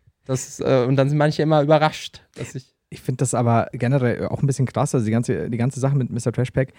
Und dann sind manche immer überrascht, dass Ich finde das aber generell auch ein bisschen krass, also die ganze Sache mit Mr. Trashpack,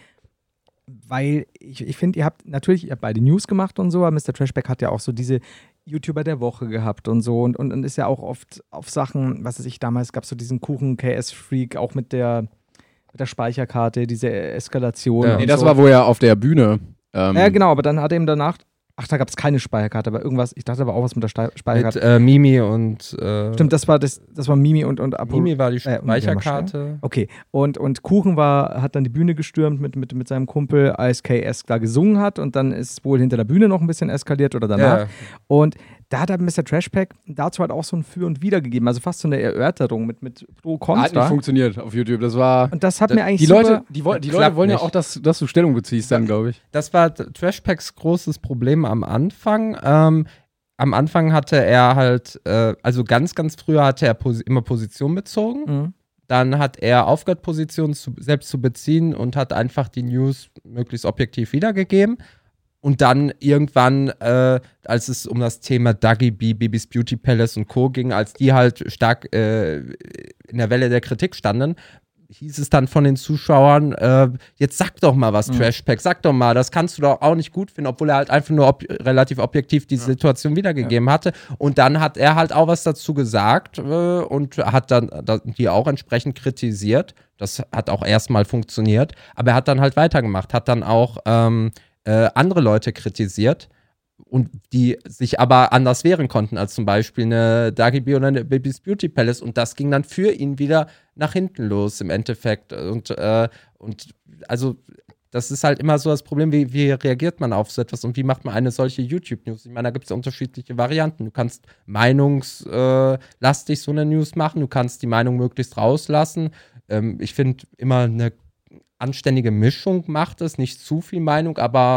weil ich finde, ihr habt beide News gemacht und so, aber Mr. Trashpack hat ja auch so diese YouTuber der Woche gehabt und so und ist ja auch oft auf Sachen, was weiß ich, damals gab es so diesen Kuchen KS-Freak, auch mit der Speicherkarte, diese Eskalation. Ja. Nee, das war, wo er auf der Bühne. Ja, genau, aber dann hat er ihm danach. Ach, da gab es keine Speicherkarte, aber irgendwas, ich dachte aber auch was mit der Speicherkarte. mit Mimi und Stimmt, das war Mimi und Mimi war die Speicherkarte. Okay, und Kuchen hat dann die Bühne gestürmt mit seinem Kumpel, als KS da gesungen hat und dann ist wohl hinter der Bühne noch ein bisschen eskaliert oder danach. Ja. Und da hat Mr. Trashpack dazu halt auch so ein Für und Wider gegeben, also fast so eine Erörterung mit Pro Contra. Hat nicht funktioniert auf YouTube. Das war. Und das hat mir eigentlich die Leute wollen ja auch, dass du Stellung beziehst, dann, glaube ich. Das war Trashpacks großes Problem am Anfang. Am Anfang hatte er halt, also ganz, ganz früher hatte er immer Position bezogen. Mhm. Dann hat er aufgehört, Position selbst zu beziehen und hat einfach die News möglichst objektiv wiedergegeben. Und dann irgendwann, als es um das Thema Dougie B, Bibis Beauty Palace und Co. ging, als die halt stark in der Welle der Kritik standen, hieß es dann von den Zuschauern, jetzt sag doch mal was, Trashpack, sag doch mal, das kannst du doch auch nicht gut finden, obwohl er halt einfach nur relativ objektiv die Situation wiedergegeben hatte. Und dann hat er halt auch was dazu gesagt und hat dann die auch entsprechend kritisiert. Das hat auch erstmal funktioniert, aber er hat dann halt weitergemacht, hat dann auch andere Leute kritisiert und die sich aber anders wehren konnten, als zum Beispiel eine Dougie B oder eine Bibis Beauty Palace und das ging dann für ihn wieder nach hinten los im Endeffekt und also das ist halt immer so das Problem, wie reagiert man auf so etwas und wie macht man eine solche YouTube-News? Ich meine, da gibt es ja unterschiedliche Varianten. Du kannst meinungslastig so eine News machen, du kannst die Meinung möglichst rauslassen. Ich finde immer eine anständige Mischung macht es, nicht zu viel Meinung,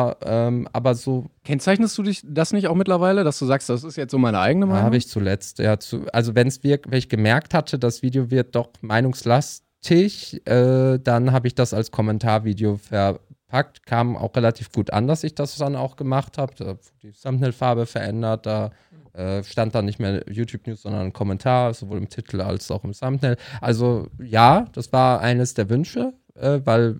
aber so. Kennzeichnest du dich das nicht auch mittlerweile, dass du sagst, das ist jetzt so meine eigene Meinung? Habe ich zuletzt, ja. Also wenn ich gemerkt hatte, das Video wird doch meinungslastig, dann habe ich das als Kommentarvideo verpackt. Kam auch relativ gut an, dass ich das dann auch gemacht habe. Da die Thumbnail-Farbe verändert, da stand dann nicht mehr YouTube-News, sondern ein Kommentar, sowohl im Titel als auch im Thumbnail. Also ja, das war eines der Wünsche. Weil,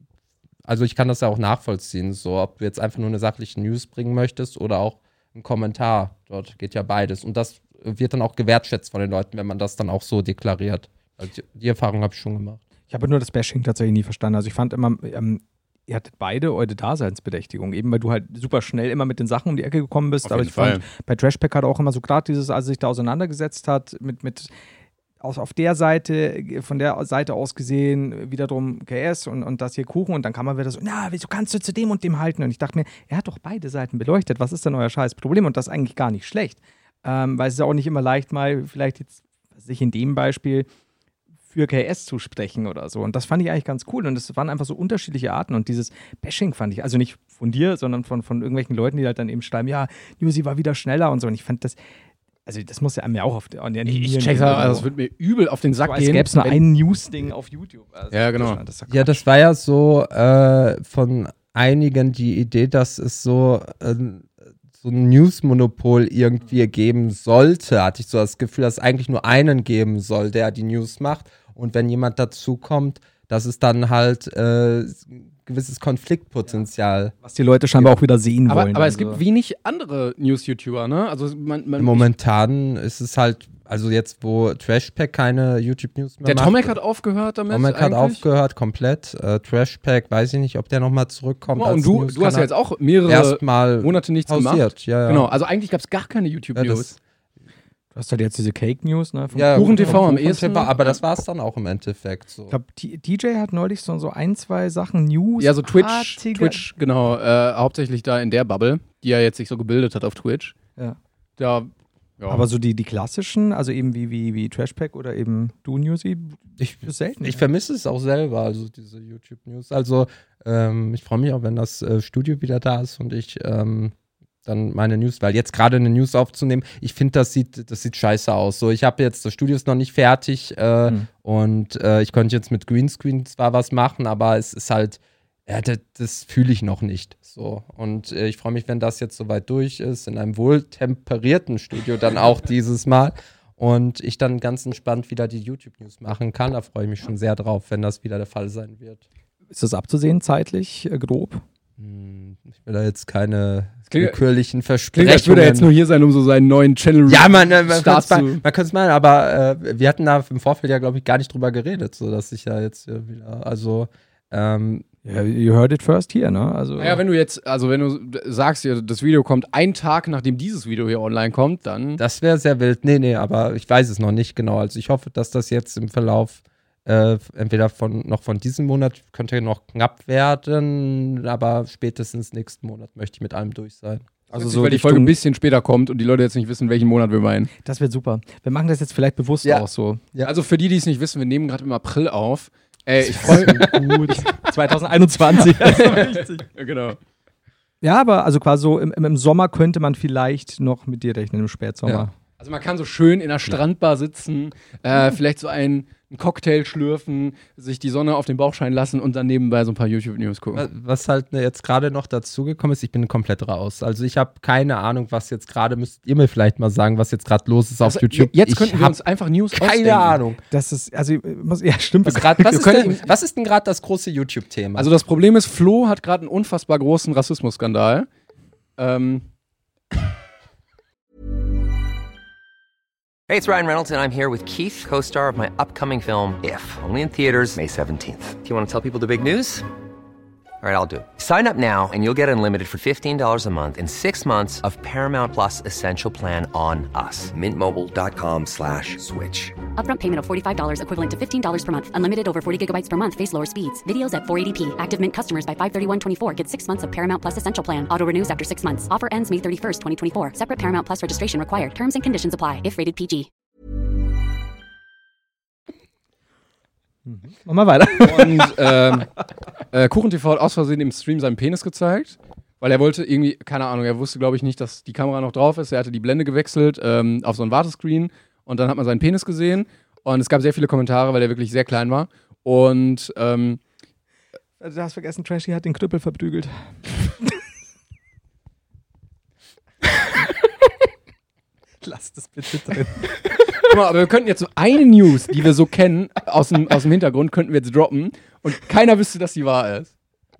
also ich kann das ja auch nachvollziehen, so ob du jetzt einfach nur eine sachliche News bringen möchtest oder auch einen Kommentar, dort geht ja beides und das wird dann auch gewertschätzt von den Leuten, wenn man das dann auch so deklariert. Also die Erfahrung habe ich schon gemacht. Ich habe nur das Bashing tatsächlich nie verstanden, also ich fand immer, ihr hattet beide eure Daseinsberechtigung, eben weil du halt super schnell immer mit den Sachen um die Ecke gekommen bist, aber ich fand, bei Trashpack hat auch immer so gerade dieses, als er sich da auseinandergesetzt hat mit auf der Seite, von der Seite aus gesehen, wiederum KS und das hier Kuchen und dann kann man wieder so, na, wieso kannst du zu dem und dem halten? Und ich dachte mir, er hat doch beide Seiten beleuchtet, was ist denn euer scheiß Problem? Und das ist eigentlich gar nicht schlecht, weil es ist ja auch nicht immer leicht, mal vielleicht jetzt, sich in dem Beispiel für KS zu sprechen oder so. Und das fand ich eigentlich ganz cool und es waren einfach so unterschiedliche Arten und dieses Bashing fand ich, also nicht von dir, sondern von irgendwelchen Leuten, die halt dann eben schreiben, ja, Newsy war wieder schneller und so und ich fand das. Also das muss ja einem ja auch auf der Ich check's also das wird mir übel auf den Sack so, gehen. Als gäbe es nur ein News-Ding auf YouTube. Also ja, genau. Das war ja so von einigen die Idee, dass es so ein News-Monopol irgendwie geben sollte. Hatte ich so das Gefühl, dass es eigentlich nur einen geben soll, der die News macht. Und wenn jemand dazu kommt, dass es dann halt gewisses Konfliktpotenzial. Was die Leute scheinbar auch wieder sehen wollen. Aber es gibt wenig andere News-YouTuber, ne? Also momentan ist es halt, also jetzt, wo Trashpack keine YouTube-News mehr der macht. Tomek hat aufgehört damit. Tomek hat aufgehört, komplett. Trashpack, weiß ich nicht, ob der nochmal zurückkommt. Und du hast ja jetzt auch mehrere erstmal Monate nichts gemacht. Ja. Genau, also eigentlich gab es gar keine YouTube-News. Du hast halt jetzt diese Cake News, ne? Vom Kuchen TV am Kuchen ehesten. TV, aber das war es dann auch im Endeffekt. So. Ich glaube, DJ hat neulich so ein, zwei Sachen News. Ja, so Twitch, genau. Hauptsächlich da in der Bubble, die er jetzt sich so gebildet hat auf Twitch. Ja. Ja. Aber so die klassischen, also eben wie Trashpack oder eben Du Newsy, ist selten. Ich vermisse es auch selber, also diese YouTube-News. Also ich freue mich auch, wenn das Studio wieder da ist und ich dann meine News, weil jetzt gerade eine News aufzunehmen, ich finde, das sieht scheiße aus. So, ich habe jetzt, das Studio ist noch nicht fertig und ich könnte jetzt mit Greenscreen zwar was machen, aber es ist halt, das fühle ich noch nicht. So. Und ich freue mich, wenn das jetzt soweit durch ist, in einem wohltemperierten Studio dann auch dieses Mal und ich dann ganz entspannt wieder die YouTube-News machen kann. Da freue ich mich schon sehr drauf, wenn das wieder der Fall sein wird. Ist das abzusehen zeitlich, grob? Ich will da jetzt keine willkürlichen Versprechungen. Klingt, als würde er jetzt nur hier sein, um so seinen neuen Channel man könnte es mal, aber wir hatten da im Vorfeld ja, glaube ich, gar nicht drüber geredet, sodass ich ja jetzt wieder, also you heard it first here, ne? Also, naja, wenn du sagst, das Video kommt einen Tag, nachdem dieses Video hier online kommt, dann. Das wäre sehr wild. Nee, aber ich weiß es noch nicht genau. Also ich hoffe, dass das jetzt im Verlauf entweder von diesem Monat könnte noch knapp werden, aber spätestens nächsten Monat möchte ich mit allem durch sein. Also so, weil die Folge ein bisschen später kommt und die Leute jetzt nicht wissen, welchen Monat wir meinen. Das wird super. Wir machen das jetzt vielleicht bewusst auch so. Ja. Also für die es nicht wissen, wir nehmen gerade im April auf. Ich freue mich. Gut. 2021. Genau. Ja, aber also quasi so im Sommer könnte man vielleicht noch mit dir rechnen, im Spätsommer. Ja. Also man kann so schön in einer Strandbar sitzen, vielleicht so einen Cocktail schlürfen, sich die Sonne auf den Bauch scheinen lassen und dann nebenbei so ein paar YouTube-News gucken. Was halt jetzt gerade noch dazugekommen ist, ich bin komplett raus. Also ich habe keine Ahnung, was jetzt gerade, müsst ihr mir vielleicht mal sagen, was jetzt gerade los ist auf YouTube. Jetzt könnten wir uns einfach News ausdenken. Keine Ahnung. Das ist, also, ja, stimmt. Was ist denn gerade das große YouTube-Thema? Also das Problem ist, Flo hat gerade einen unfassbar großen Rassismusskandal. Hey, it's Ryan Reynolds, and I'm here with Keith, co-star of my upcoming film, If, only in theaters May 17th. Do you want to tell people the big news? All right, I'll do it. Sign up now and you'll get unlimited for $15 a month and 6 months of Paramount Plus Essential Plan on us. MintMobile.com/switch. Upfront payment of $45 equivalent to $15 per month. Unlimited over 40 gigabytes per month. Face lower speeds. Videos at 480p. Active Mint customers by 531.24 get 6 months of Paramount Plus Essential Plan. Auto renews after 6 months. Offer ends May 31st, 2024. Separate Paramount Plus registration required. Terms and conditions apply if rated PG. Mach mal weiter. Und Kuchen TV hat aus Versehen im Stream seinen Penis gezeigt, weil er wollte irgendwie, keine Ahnung, er wusste, glaube ich, nicht, dass die Kamera noch drauf ist. Er hatte die Blende gewechselt auf so ein Wartescreen und dann hat man seinen Penis gesehen und es gab sehr viele Kommentare, weil er wirklich sehr klein war. Und du hast vergessen, Trashy hat den Knüppel verprügelt. Lass das bitte drin. Guck mal, aber wir könnten jetzt so eine News, die wir so kennen, aus dem Hintergrund, könnten wir jetzt droppen und keiner wüsste, dass die wahr ist.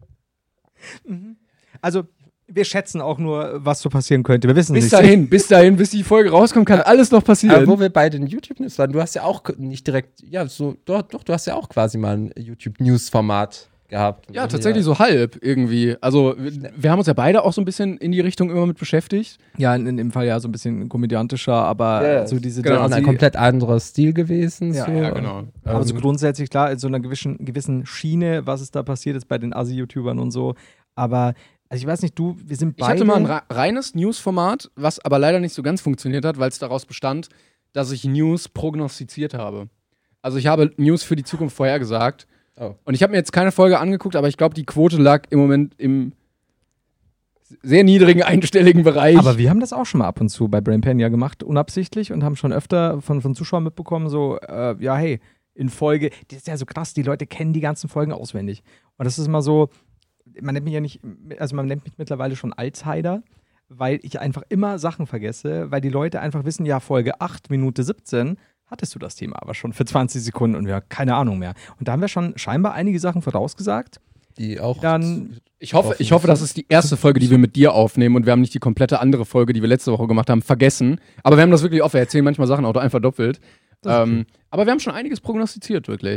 Also, wir schätzen auch nur, was so passieren könnte. Wir wissen Bis nicht. dahin, bis die Folge rauskommt, kann alles noch passieren. Wo wir bei den YouTube-News waren, du hast ja auch nicht direkt, du hast ja auch quasi mal ein YouTube-News-Format gehabt. Ja, tatsächlich so halb irgendwie. Also wir haben uns ja beide auch so ein bisschen in die Richtung immer mit beschäftigt. Ja, in dem Fall ja so ein bisschen komödiantischer, aber so diese... Genau, ein komplett anderer Stil gewesen. Ja, so. Ja, genau. Aber so grundsätzlich, klar, in so einer gewissen Schiene, was ist da passiert ist bei den Assi-YouTubern und so. Aber, also ich weiß nicht, wir sind beide... Ich hatte mal ein reines News-Format, was aber leider nicht so ganz funktioniert hat, weil es daraus bestand, dass ich News prognostiziert habe. Also ich habe News für die Zukunft vorhergesagt. Oh. Und ich habe mir jetzt keine Folge angeguckt, aber ich glaube, die Quote lag im Moment im sehr niedrigen einstelligen Bereich. Aber wir haben das auch schon mal ab und zu bei Brain Pan ja gemacht, unabsichtlich, und haben schon öfter von Zuschauern mitbekommen, so, ja, hey, in Folge, das ist ja so krass, die Leute kennen die ganzen Folgen auswendig. Und das ist immer so, man nennt mich mittlerweile schon Altheider, weil ich einfach immer Sachen vergesse, weil die Leute einfach wissen, ja, Folge 8, Minute 17, hattest du das Thema aber schon für 20 Sekunden und wir haben keine Ahnung mehr. Und da haben wir schon scheinbar einige Sachen vorausgesagt. Die auch. Dann ich hoffe, das ist die erste Folge, die wir mit dir aufnehmen und wir haben nicht die komplette andere Folge, die wir letzte Woche gemacht haben, vergessen. Aber wir haben das wirklich oft. Wir erzählen manchmal Sachen auch einfach doppelt. Aber wir haben schon einiges prognostiziert, wirklich.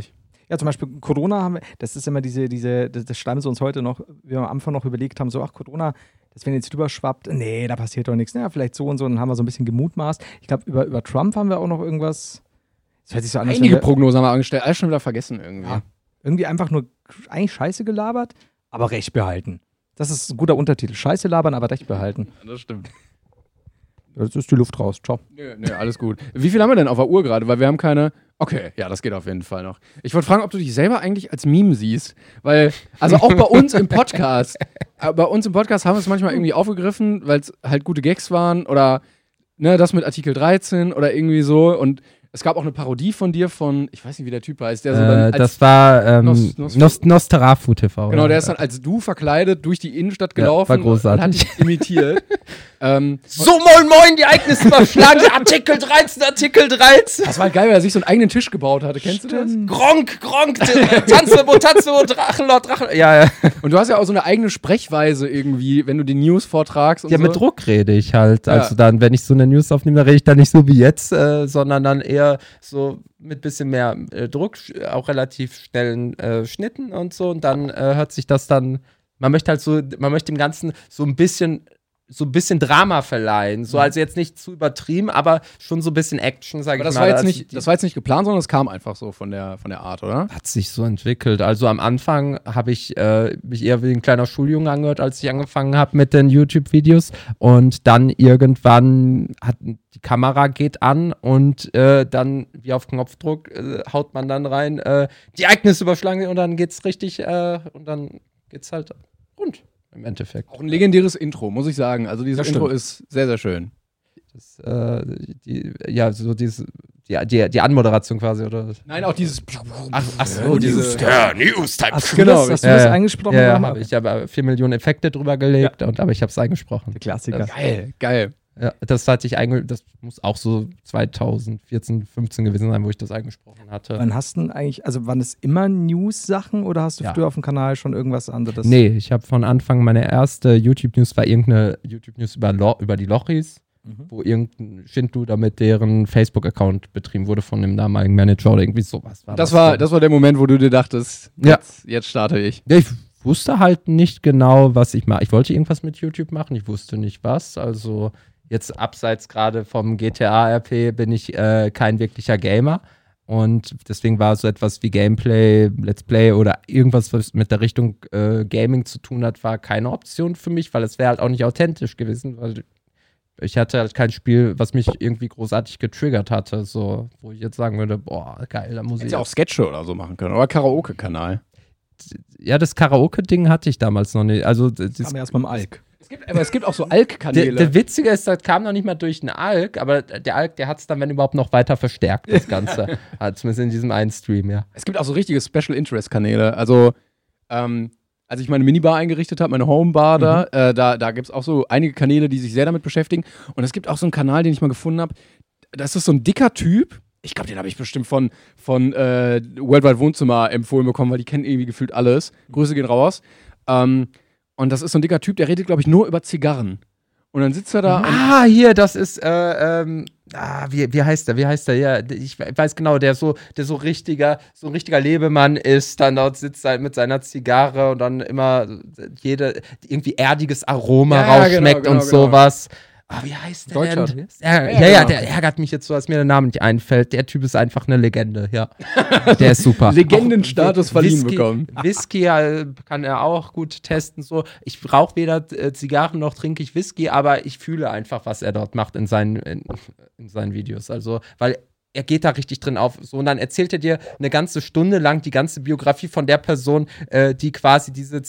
Ja, zum Beispiel Corona haben wir, das ist immer das schreiben sie uns heute noch, wir am Anfang noch überlegt haben, so, ach, Corona, das wenn jetzt drüber schwappt, nee, da passiert doch nichts, naja, vielleicht so und so, dann haben wir so ein bisschen gemutmaßt. Ich glaube, über Trump haben wir auch noch irgendwas, das hört sich so an, als Einige Prognosen haben wir angestellt, alles schon wieder vergessen irgendwie. Ja, irgendwie einfach nur eigentlich Scheiße gelabert, aber Recht behalten. Das ist ein guter Untertitel, Scheiße labern, aber Recht behalten. Ja, das stimmt. Jetzt ist die Luft raus, ciao. Nö, alles gut. Wie viel haben wir denn auf der Uhr gerade? Weil wir haben keine. Okay, ja, das geht auf jeden Fall noch. Ich wollte fragen, ob du dich selber eigentlich als Meme siehst. Weil, also auch bei uns im Podcast. Haben wir es manchmal irgendwie aufgegriffen, weil es halt gute Gags waren oder ne, das mit Artikel 13 oder irgendwie so. Und es gab auch eine Parodie von dir ich weiß nicht, wie der Typ heißt, der so dann als das war Nosferatu TV. Genau, der ist dann als du verkleidet durch die Innenstadt gelaufen war großartig. und hat dich imitiert. So, moin, die Ereignisse überschlagen, Artikel 13. Das war geil, weil er sich so einen eigenen Tisch gebaut hatte. Kennst du das? Gronk, Tanzebo, Drachenlord. Ja. Und du hast ja auch so eine eigene Sprechweise irgendwie, wenn du die News vortragst und Ja, so. mit Druck rede ich halt. Ja. Also dann, wenn ich so eine News aufnehme, dann rede ich dann nicht so wie jetzt, sondern dann eher so mit bisschen mehr Druck, auch relativ schnellen Schnitten und so. Und dann hört sich das dann, man möchte dem Ganzen so ein bisschen Drama verleihen. So, also jetzt nicht zu übertrieben, aber schon so ein bisschen Action, sag ich mal. Das war jetzt nicht geplant, sondern es kam einfach so von der Art, oder? Hat sich so entwickelt. Also am Anfang habe ich mich eher wie ein kleiner Schuljunge angehört, als ich angefangen habe mit den YouTube-Videos. Und dann irgendwann die Kamera geht an und dann wie auf Knopfdruck haut man dann rein, die Ereignisse überschlagen und dann geht's richtig und dann geht's halt rund. Im Endeffekt. Auch ein legendäres Intro, muss ich sagen. Also dieses Intro ist sehr, sehr schön. Die Anmoderation quasi, oder? Nein, auch dieses Ach so, News-Time. Hast du das eingesprochen? Ja, habe ich. Ich habe 4 Millionen Effekte drüber gelegt, aber ich habe es eingesprochen. Der Klassiker. Geil. Ja, das muss auch so 2014, 15 gewesen sein, wo ich das eingesprochen hatte. Wann hast du eigentlich, also waren es immer News-Sachen oder hast du früher auf dem Kanal schon irgendwas anderes? Nee, ich habe von Anfang, meine erste YouTube-News war irgendeine YouTube-News über die Lochis, wo irgendein Schindluder mit deren Facebook-Account betrieben wurde von dem damaligen Manager oder irgendwie sowas. Das war der Moment, wo du dir dachtest, jetzt starte ich. Ja, ich wusste halt nicht genau, was ich mache. Ich wollte irgendwas mit YouTube machen, ich wusste nicht was, also jetzt abseits gerade vom GTA-RP bin ich kein wirklicher Gamer und deswegen war so etwas wie Gameplay, Let's Play oder irgendwas, was mit der Richtung Gaming zu tun hat, war keine Option für mich, weil es wäre halt auch nicht authentisch gewesen, weil ich hatte halt kein Spiel, was mich irgendwie großartig getriggert hatte, so, wo ich jetzt sagen würde, boah, geil, da muss ich... Hättest ja auch Sketche oder so machen können, oder Karaoke-Kanal. Ja, das Karaoke-Ding hatte ich damals noch nicht, also... Das kam erst beim Alk. Es gibt auch so Alk-Kanäle. Der Witzige ist, das kam noch nicht mal durch einen Alk, aber der Alk, der hat es dann, wenn überhaupt, noch weiter verstärkt, das Ganze. Zumindest in diesem einen Stream, ja. Es gibt auch so richtige Special-Interest-Kanäle. Also, als ich meine Minibar eingerichtet habe, meine Homebar da gibt es auch so einige Kanäle, die sich sehr damit beschäftigen. Und es gibt auch so einen Kanal, den ich mal gefunden habe. Das ist so ein dicker Typ. Ich glaube, den habe ich bestimmt von Worldwide Wohnzimmer empfohlen bekommen, weil die kennen irgendwie gefühlt alles. Grüße gehen raus. Und das ist so ein dicker Typ, der redet, glaube ich, nur über Zigarren. Und dann sitzt er da. Hier, das ist, wie heißt der? Ja, ich weiß genau, der so ein richtiger Lebemann ist, dann dort sitzt er mit seiner Zigarre und dann immer irgendwie erdiges Aroma rausschmeckt und sowas. Wie heißt der denn? Der ärgert mich jetzt so, dass mir der Name nicht einfällt. Der Typ ist einfach eine Legende, ja. Der ist super. Legendenstatus verliehen bekommen. Whisky kann er auch gut testen, so. Ich rauche weder Zigarren noch trinke ich Whisky, aber ich fühle einfach, was er dort macht in seinen Videos. Also, weil er geht da richtig drin auf. So, und dann erzählt er dir eine ganze Stunde lang die ganze Biografie von der Person, die quasi diese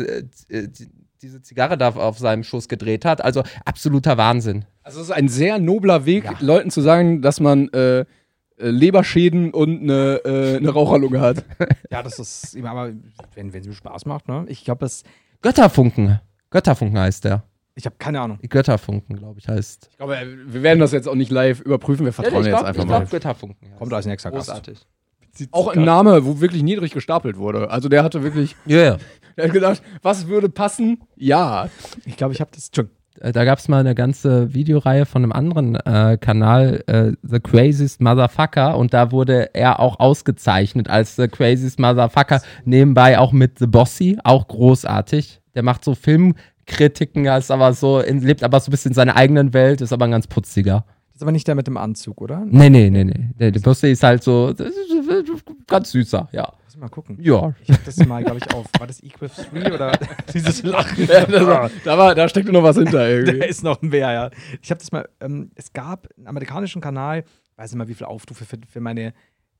Zigarre da auf seinem Schoß gedreht hat. Also absoluter Wahnsinn. Also es ist ein sehr nobler Weg, Leuten zu sagen, dass man Leberschäden und eine Raucherlunge hat. Ja, das ist, aber wenn es Spaß macht, ne? Ich glaube, Götterfunken heißt der. Ich habe keine Ahnung. Götterfunken, glaube ich, heißt. Ich glaube, wir werden das jetzt auch nicht live überprüfen, wir vertrauen jetzt einfach mal. Ich glaube, Götterfunken. Kommt als nächster Gast. Großartig. Auch ein Name, wo wirklich niedrig gestapelt wurde. Also der hatte wirklich. Ja. Der hat gedacht, was würde passen? Ja. Ich glaube, ich habe das. Da gab es mal eine ganze Videoreihe von einem anderen Kanal, The Craziest Motherfucker, und da wurde er auch ausgezeichnet als The Craziest Motherfucker, nebenbei auch mit The Bossy, auch großartig. Der macht so Filmkritiken, lebt aber so ein bisschen in seiner eigenen Welt, ist aber ein ganz putziger. Das ist aber nicht der mit dem Anzug, oder? Nee. Der Bossy ist halt so, das ist ganz süßer, ja. Muss ich mal gucken. Ja. Ich hab das mal, glaube ich, war das Equip 3 oder dieses Lachen? Da steckt noch was hinter irgendwie. Da ist noch mehr, ja. Ich habe das mal, es gab einen amerikanischen Kanal, ich weiß nicht mal, wie viele Aufrufe für meine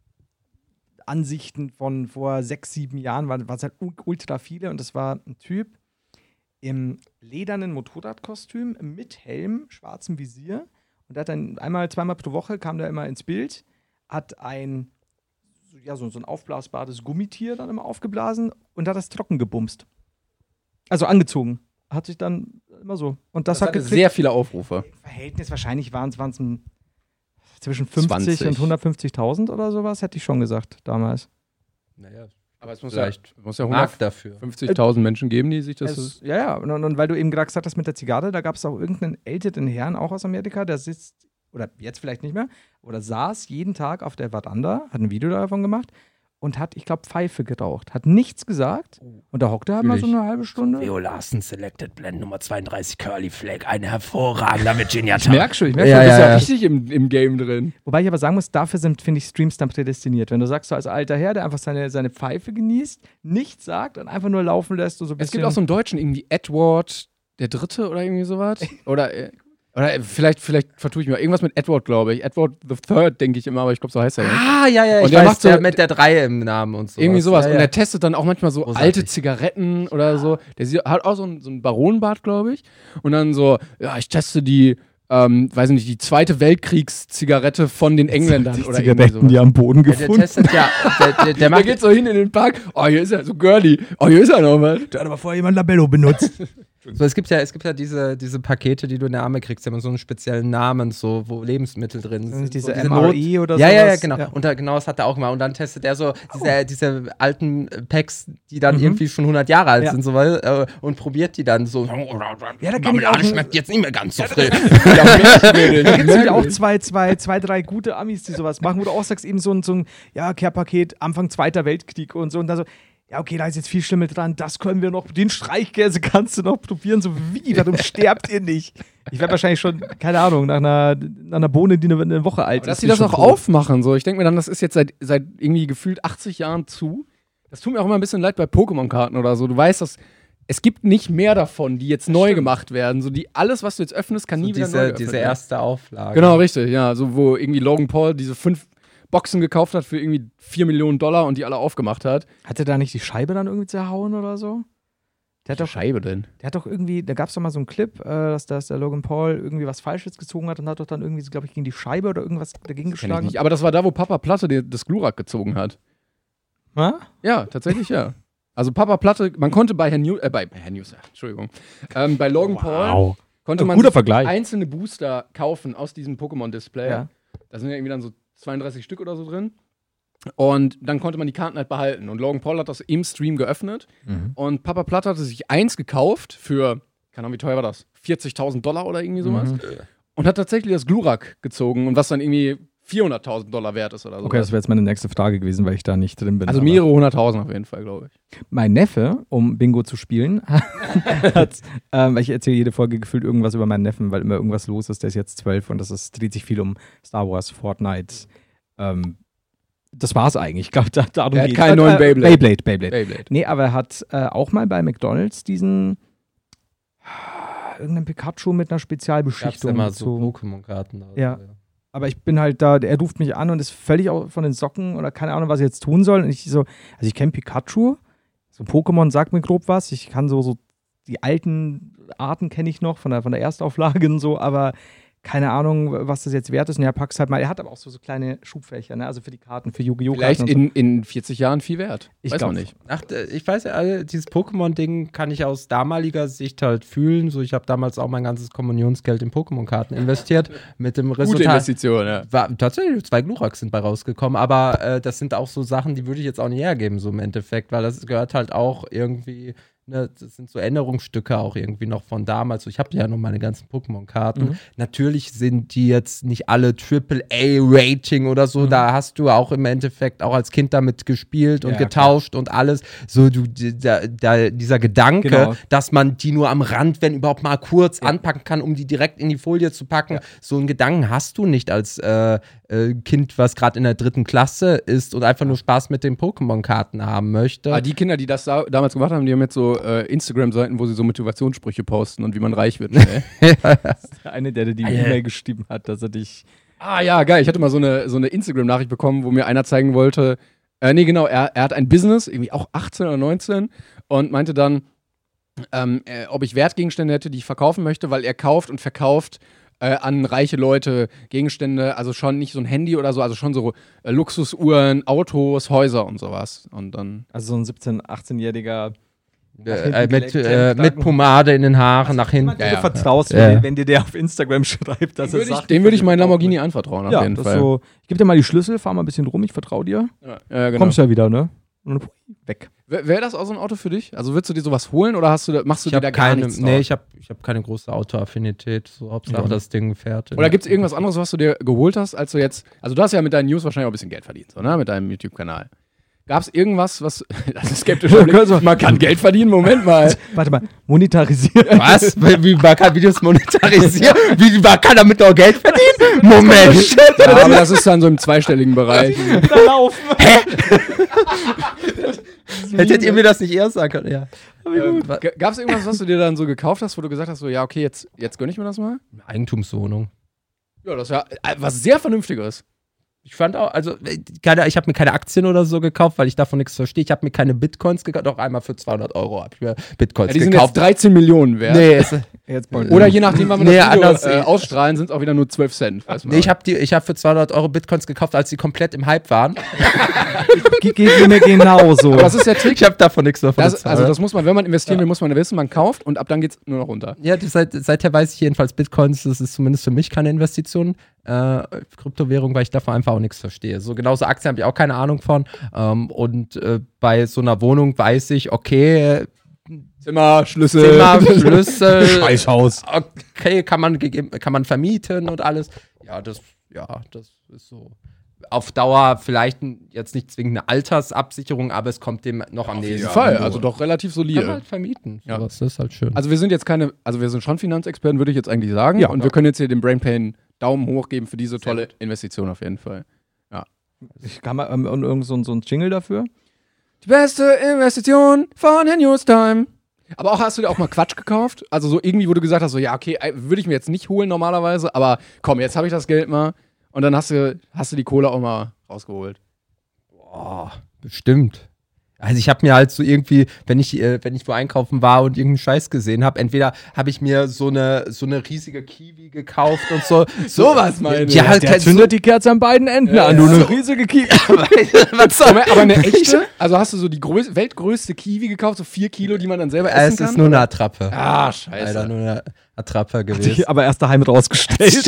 Ansichten von vor 6, 7 Jahren, war es halt ultra viele, und das war ein Typ im ledernen Motorradkostüm mit Helm, schwarzem Visier, und der hat dann zweimal pro Woche kam der immer ins Bild, hat so ein aufblasbares Gummitier dann immer aufgeblasen und hat das trocken gebumst. Also angezogen. Hat sich dann immer so. Und das hat hatte sehr viele Aufrufe. Im Verhältnis wahrscheinlich waren es zwischen 50 20. und 150.000 oder sowas, hätte ich schon gesagt damals. Naja, Aber es muss vielleicht ja Markt dafür. 150.000 Menschen geben, die sich das... Ja. Und weil du eben gerade gesagt hast mit der Zigarre, da gab es auch irgendeinen älteren Herrn, auch aus Amerika, der sitzt, oder jetzt vielleicht nicht mehr, oder saß jeden Tag auf der Veranda, hat ein Video davon gemacht und hat, ich glaube, Pfeife geraucht. Hat nichts gesagt und da hockte er mal so eine halbe Stunde. Leo Larsen Selected Blend Nummer 32 Curly Flag, ein hervorragender Virginia Ich merke schon, du bist richtig im Game drin. Wobei ich aber sagen muss, dafür sind, finde ich, Streams dann prädestiniert. Wenn du sagst, so als alter Herr, der einfach seine Pfeife genießt, nichts sagt und einfach nur laufen lässt und so ein bisschen. Es gibt auch so einen Deutschen, irgendwie Edward der Dritte oder irgendwie sowas. Oder vielleicht vertue ich mir irgendwas mit Edward, glaube ich. Edward the Third, denke ich immer, aber ich glaube, so heißt er ja. Ja, und ich der weiß, macht so der mit der 3 im Namen und so. irgendwie sowas. Ja, Und er testet dann auch manchmal so großartig. alte Zigaretten oder so. Hat auch so einen Baronbart, glaube ich. Und dann so, ja, ich teste die, weiß nicht, die Zweite Weltkriegszigarette von den Engländern oder irgendwie sowas. die am Boden Der testet ja, der macht geht so hin in den Park. Oh, hier ist er so girly. Oh, hier ist er noch was. Der hat aber vorher jemand Labello benutzt. so, es gibt ja diese Pakete, die du in der Arme kriegst, die haben so einen speziellen Namen, so, wo Lebensmittel drin sind. Diese so, MRE oder so. Ja, genau. Ja. Und genau, das hat er auch gemacht. Und dann testet er so diese alten Packs, die dann irgendwie schon 100 Jahre alt sind, so, und probiert die dann so. Ja, da kenn ich auch schmeckt jetzt nicht mehr ganz so frisch. Da gibt es auch zwei, drei gute Amis, die sowas machen, wo du auch sagst, eben so ein Care-Paket, Anfang Zweiter Weltkrieg und so. Und dann so, ja, okay, da ist jetzt viel Schimmel dran, das können wir noch, den Streichkäse kannst du noch probieren, so wie, warum sterbt ihr nicht? Ich werde wahrscheinlich schon, keine Ahnung, nach einer Bohne, die eine Woche alt ist. Dass die das auch aufmachen, so. Ich denke mir dann, das ist jetzt seit irgendwie gefühlt 80 Jahren zu. Das tut mir auch immer ein bisschen leid bei Pokémon-Karten oder so. Du weißt, dass es gibt nicht mehr davon, die jetzt neu gemacht werden. So alles, was du jetzt öffnest, kann nie wieder neu geöffnet diese werden. erste Auflage. Genau, richtig, ja. So, wo irgendwie Logan Paul diese 5 Boxen gekauft hat für irgendwie $4 Millionen und die alle aufgemacht hat. Hat er da nicht die Scheibe dann irgendwie zerhauen oder so? Scheibe denn? Der hat doch irgendwie, da gab es doch mal so einen Clip, dass der Logan Paul irgendwie was Falsches gezogen hat und hat doch dann irgendwie, glaube ich, gegen die Scheibe oder irgendwas dagegen geschlagen. Nicht. Aber das war da, wo Papa Platte das Glurak gezogen hat. Ha? Ja, tatsächlich, ja. Also Papa Platte, man konnte bei bei Logan Paul konnte man guter sich Vergleich. einzelne Booster kaufen aus diesem Pokémon-Display. Ja. Da sind ja irgendwie dann so 32 Stück oder so drin. Und dann konnte man die Karten halt behalten. Und Logan Paul hat das im Stream geöffnet. Und Papa Platte hatte sich eins gekauft für, keine Ahnung, wie teuer war das? $40.000 oder irgendwie sowas. Und hat tatsächlich das Glurak gezogen. Und was dann irgendwie $400.000 wert ist oder so. Okay, das wäre jetzt meine nächste Frage gewesen, weil ich da nicht drin bin. Also mehrere 100.000 auf jeden Fall, glaube ich. Mein Neffe, um Bingo zu spielen, ich erzähle jede Folge gefühlt irgendwas über meinen Neffen, weil immer irgendwas los ist. Der ist jetzt 12 und dreht sich viel um Star Wars, Fortnite. Das war's eigentlich. Ich glaube, darum er hat geht's. keinen neuen Beyblade. Beyblade. Nee, aber er hat auch mal bei McDonald's diesen irgendeinen Pikachu mit einer Spezialbeschichtung. Gab's immer so Pokémon-Karten. Also, ja. Aber ich bin halt da, er ruft mich an und ist völlig von den Socken oder keine Ahnung, was ich jetzt tun soll. Und ich kenne Pikachu, so Pokémon sagt mir grob was. Ich kann so die alten Arten kenne ich noch von der Erstauflage und so, aber keine Ahnung, was das jetzt wert ist. Und er packt halt mal, er hat aber auch so kleine Schubfächer, ne? Also für die Karten, für Yu-Gi-Oh! Vielleicht Karten in 40 Jahren viel wert. Ich weiß glaub man nicht. Ach, ich weiß ja, dieses Pokémon-Ding kann ich aus damaliger Sicht halt fühlen. So, ich habe damals auch mein ganzes Kommunionsgeld in Pokémon-Karten investiert. Mit dem Gute Resultat. Investition, ja. Tatsächlich 2 Gluraks sind bei rausgekommen, aber das sind auch so Sachen, die würde ich jetzt auch nicht hergeben, so im Endeffekt, weil das gehört halt auch irgendwie ne, das sind so Erinnerungsstücke auch irgendwie noch von damals. Ich habe ja noch meine ganzen Pokémon-Karten. Natürlich sind die jetzt nicht alle AAA-Rating oder so. Da hast du auch im Endeffekt auch als Kind damit gespielt und getauscht und alles. So dieser Gedanke, dass man die nur am Rand, wenn überhaupt mal kurz anpacken kann, um die direkt in die Folie zu packen. So einen Gedanken hast du nicht als Kind, was gerade in der 3. Klasse ist und einfach nur Spaß mit den Pokémon-Karten haben möchte. Aber die Kinder, die das damals gemacht haben, die haben jetzt so Instagram-Seiten, wo sie so Motivationssprüche posten und wie man reich wird. Ne? Das ist der eine, der dir die E-Mail geschrieben hat, dass er dich. Ah ja, geil. Ich hatte mal so eine Instagram-Nachricht bekommen, wo mir einer zeigen wollte, er hat ein Business, irgendwie auch 18 oder 19 und meinte dann, ob ich Wertgegenstände hätte, die ich verkaufen möchte, weil er kauft und verkauft an reiche Leute Gegenstände, also schon nicht so ein Handy oder so, also schon so Luxusuhren, Autos, Häuser und sowas. Und dann Also so ein 17-, 18-jähriger mit Pomade in den Haaren nach hinten. Du vertraust, wenn dir der auf Instagram schreibt, dass er sagt. Dem würde ich meinen Lamborghini anvertrauen, auf jeden Fall. So, ich gebe dir mal die Schlüssel, fahr mal ein bisschen rum, ich vertraue dir. Ja, genau. Kommst ja wieder, ne? Und weg. Wäre das auch so ein Auto für dich? Also würdest du dir sowas holen oder machst du dir da gar nichts drauf? Nee, ich hab keine große Autoaffinität. So, Hauptsache das Ding fährt. Oder gibt es irgendwas anderes, was du dir geholt hast, als du jetzt. Also, du hast ja mit deinen News wahrscheinlich auch ein bisschen Geld verdient, so, ne? Mit deinem YouTube-Kanal. Gab es irgendwas, was. Das ist skeptisch. Man kann Geld verdienen, Moment mal. Warte mal, monetarisieren. Was? Wie man kann Videos monetarisieren? Wie man kann damit auch Geld verdienen? Moment. Ja, aber das ist dann so im zweistelligen Bereich. Da laufen. Hä? Hättet ihr mir das nicht eher sagen können? Ja. Gab es irgendwas, was du dir dann so gekauft hast, wo du gesagt hast, so, ja, okay, jetzt gönn ich mir das mal? Eigentumswohnung. Ja, das ist ja was sehr Vernünftiges. Ich fand auch, also, ich habe mir keine Aktien oder so gekauft, weil ich davon nichts verstehe. Ich habe mir keine Bitcoins gekauft, doch einmal für 200 € habe ich mir Bitcoins die gekauft. Sind jetzt 13 Millionen wert. Nee, oder je nachdem, wann wir das Video ausstrahlen, sind es auch wieder nur 12 Cent. Nee, ich hab für 200 € Bitcoins gekauft, als die komplett im Hype waren. Geht mir genauso. Aber das ist der Trick. Ich habe davon nichts davon Also das muss man, wenn man investieren will, muss man wissen, man kauft und ab dann geht's nur noch runter. Ja, seither weiß ich jedenfalls, Bitcoins, das ist zumindest für mich keine Investition. Kryptowährung, weil ich davon einfach auch nichts verstehe. So genauso Aktien habe ich auch keine Ahnung von. Und bei so einer Wohnung weiß ich, okay, Zimmer, Schlüssel. Scheißhaus. Okay, kann man vermieten und alles. Ja, das ist so. Auf Dauer vielleicht jetzt nicht zwingend eine Altersabsicherung, aber es kommt dem noch am nächsten. Auf jeden Fall, also doch relativ solide. Kann man halt vermieten. Ja. Das ist halt schön. Also wir sind jetzt wir sind schon Finanzexperten, würde ich jetzt eigentlich sagen. Ja, und wir können jetzt hier dem Brainpain Daumen hoch geben für diese tolle Investition auf jeden Fall. Ja. Ich kann mal irgend so ein Jingle dafür. Die beste Investition von Herrn Newstime. Aber auch, hast du dir auch mal Quatsch gekauft? Also so irgendwie, wo du gesagt hast, so ja, okay, würde ich mir jetzt nicht holen normalerweise, aber komm, jetzt habe ich das Geld mal. Und dann hast du die Kohle auch mal rausgeholt. Boah, bestimmt. Also ich habe mir halt so irgendwie, wenn ich wo einkaufen war und irgendeinen Scheiß gesehen habe, entweder habe ich mir so eine riesige Kiwi gekauft und so. Sowas meine ich. Ja, der zündet die Kerze an beiden Enden an. Du eine riesige Kiwi. Aber eine echte? Also hast du so die weltgrößte Kiwi gekauft, so 4 Kilo, die man dann selber essen kann? Es ist nur eine Attrappe. Ah, scheiße. Alter, nur eine Attrappe gewesen. Aber erst daheim rausgestellt.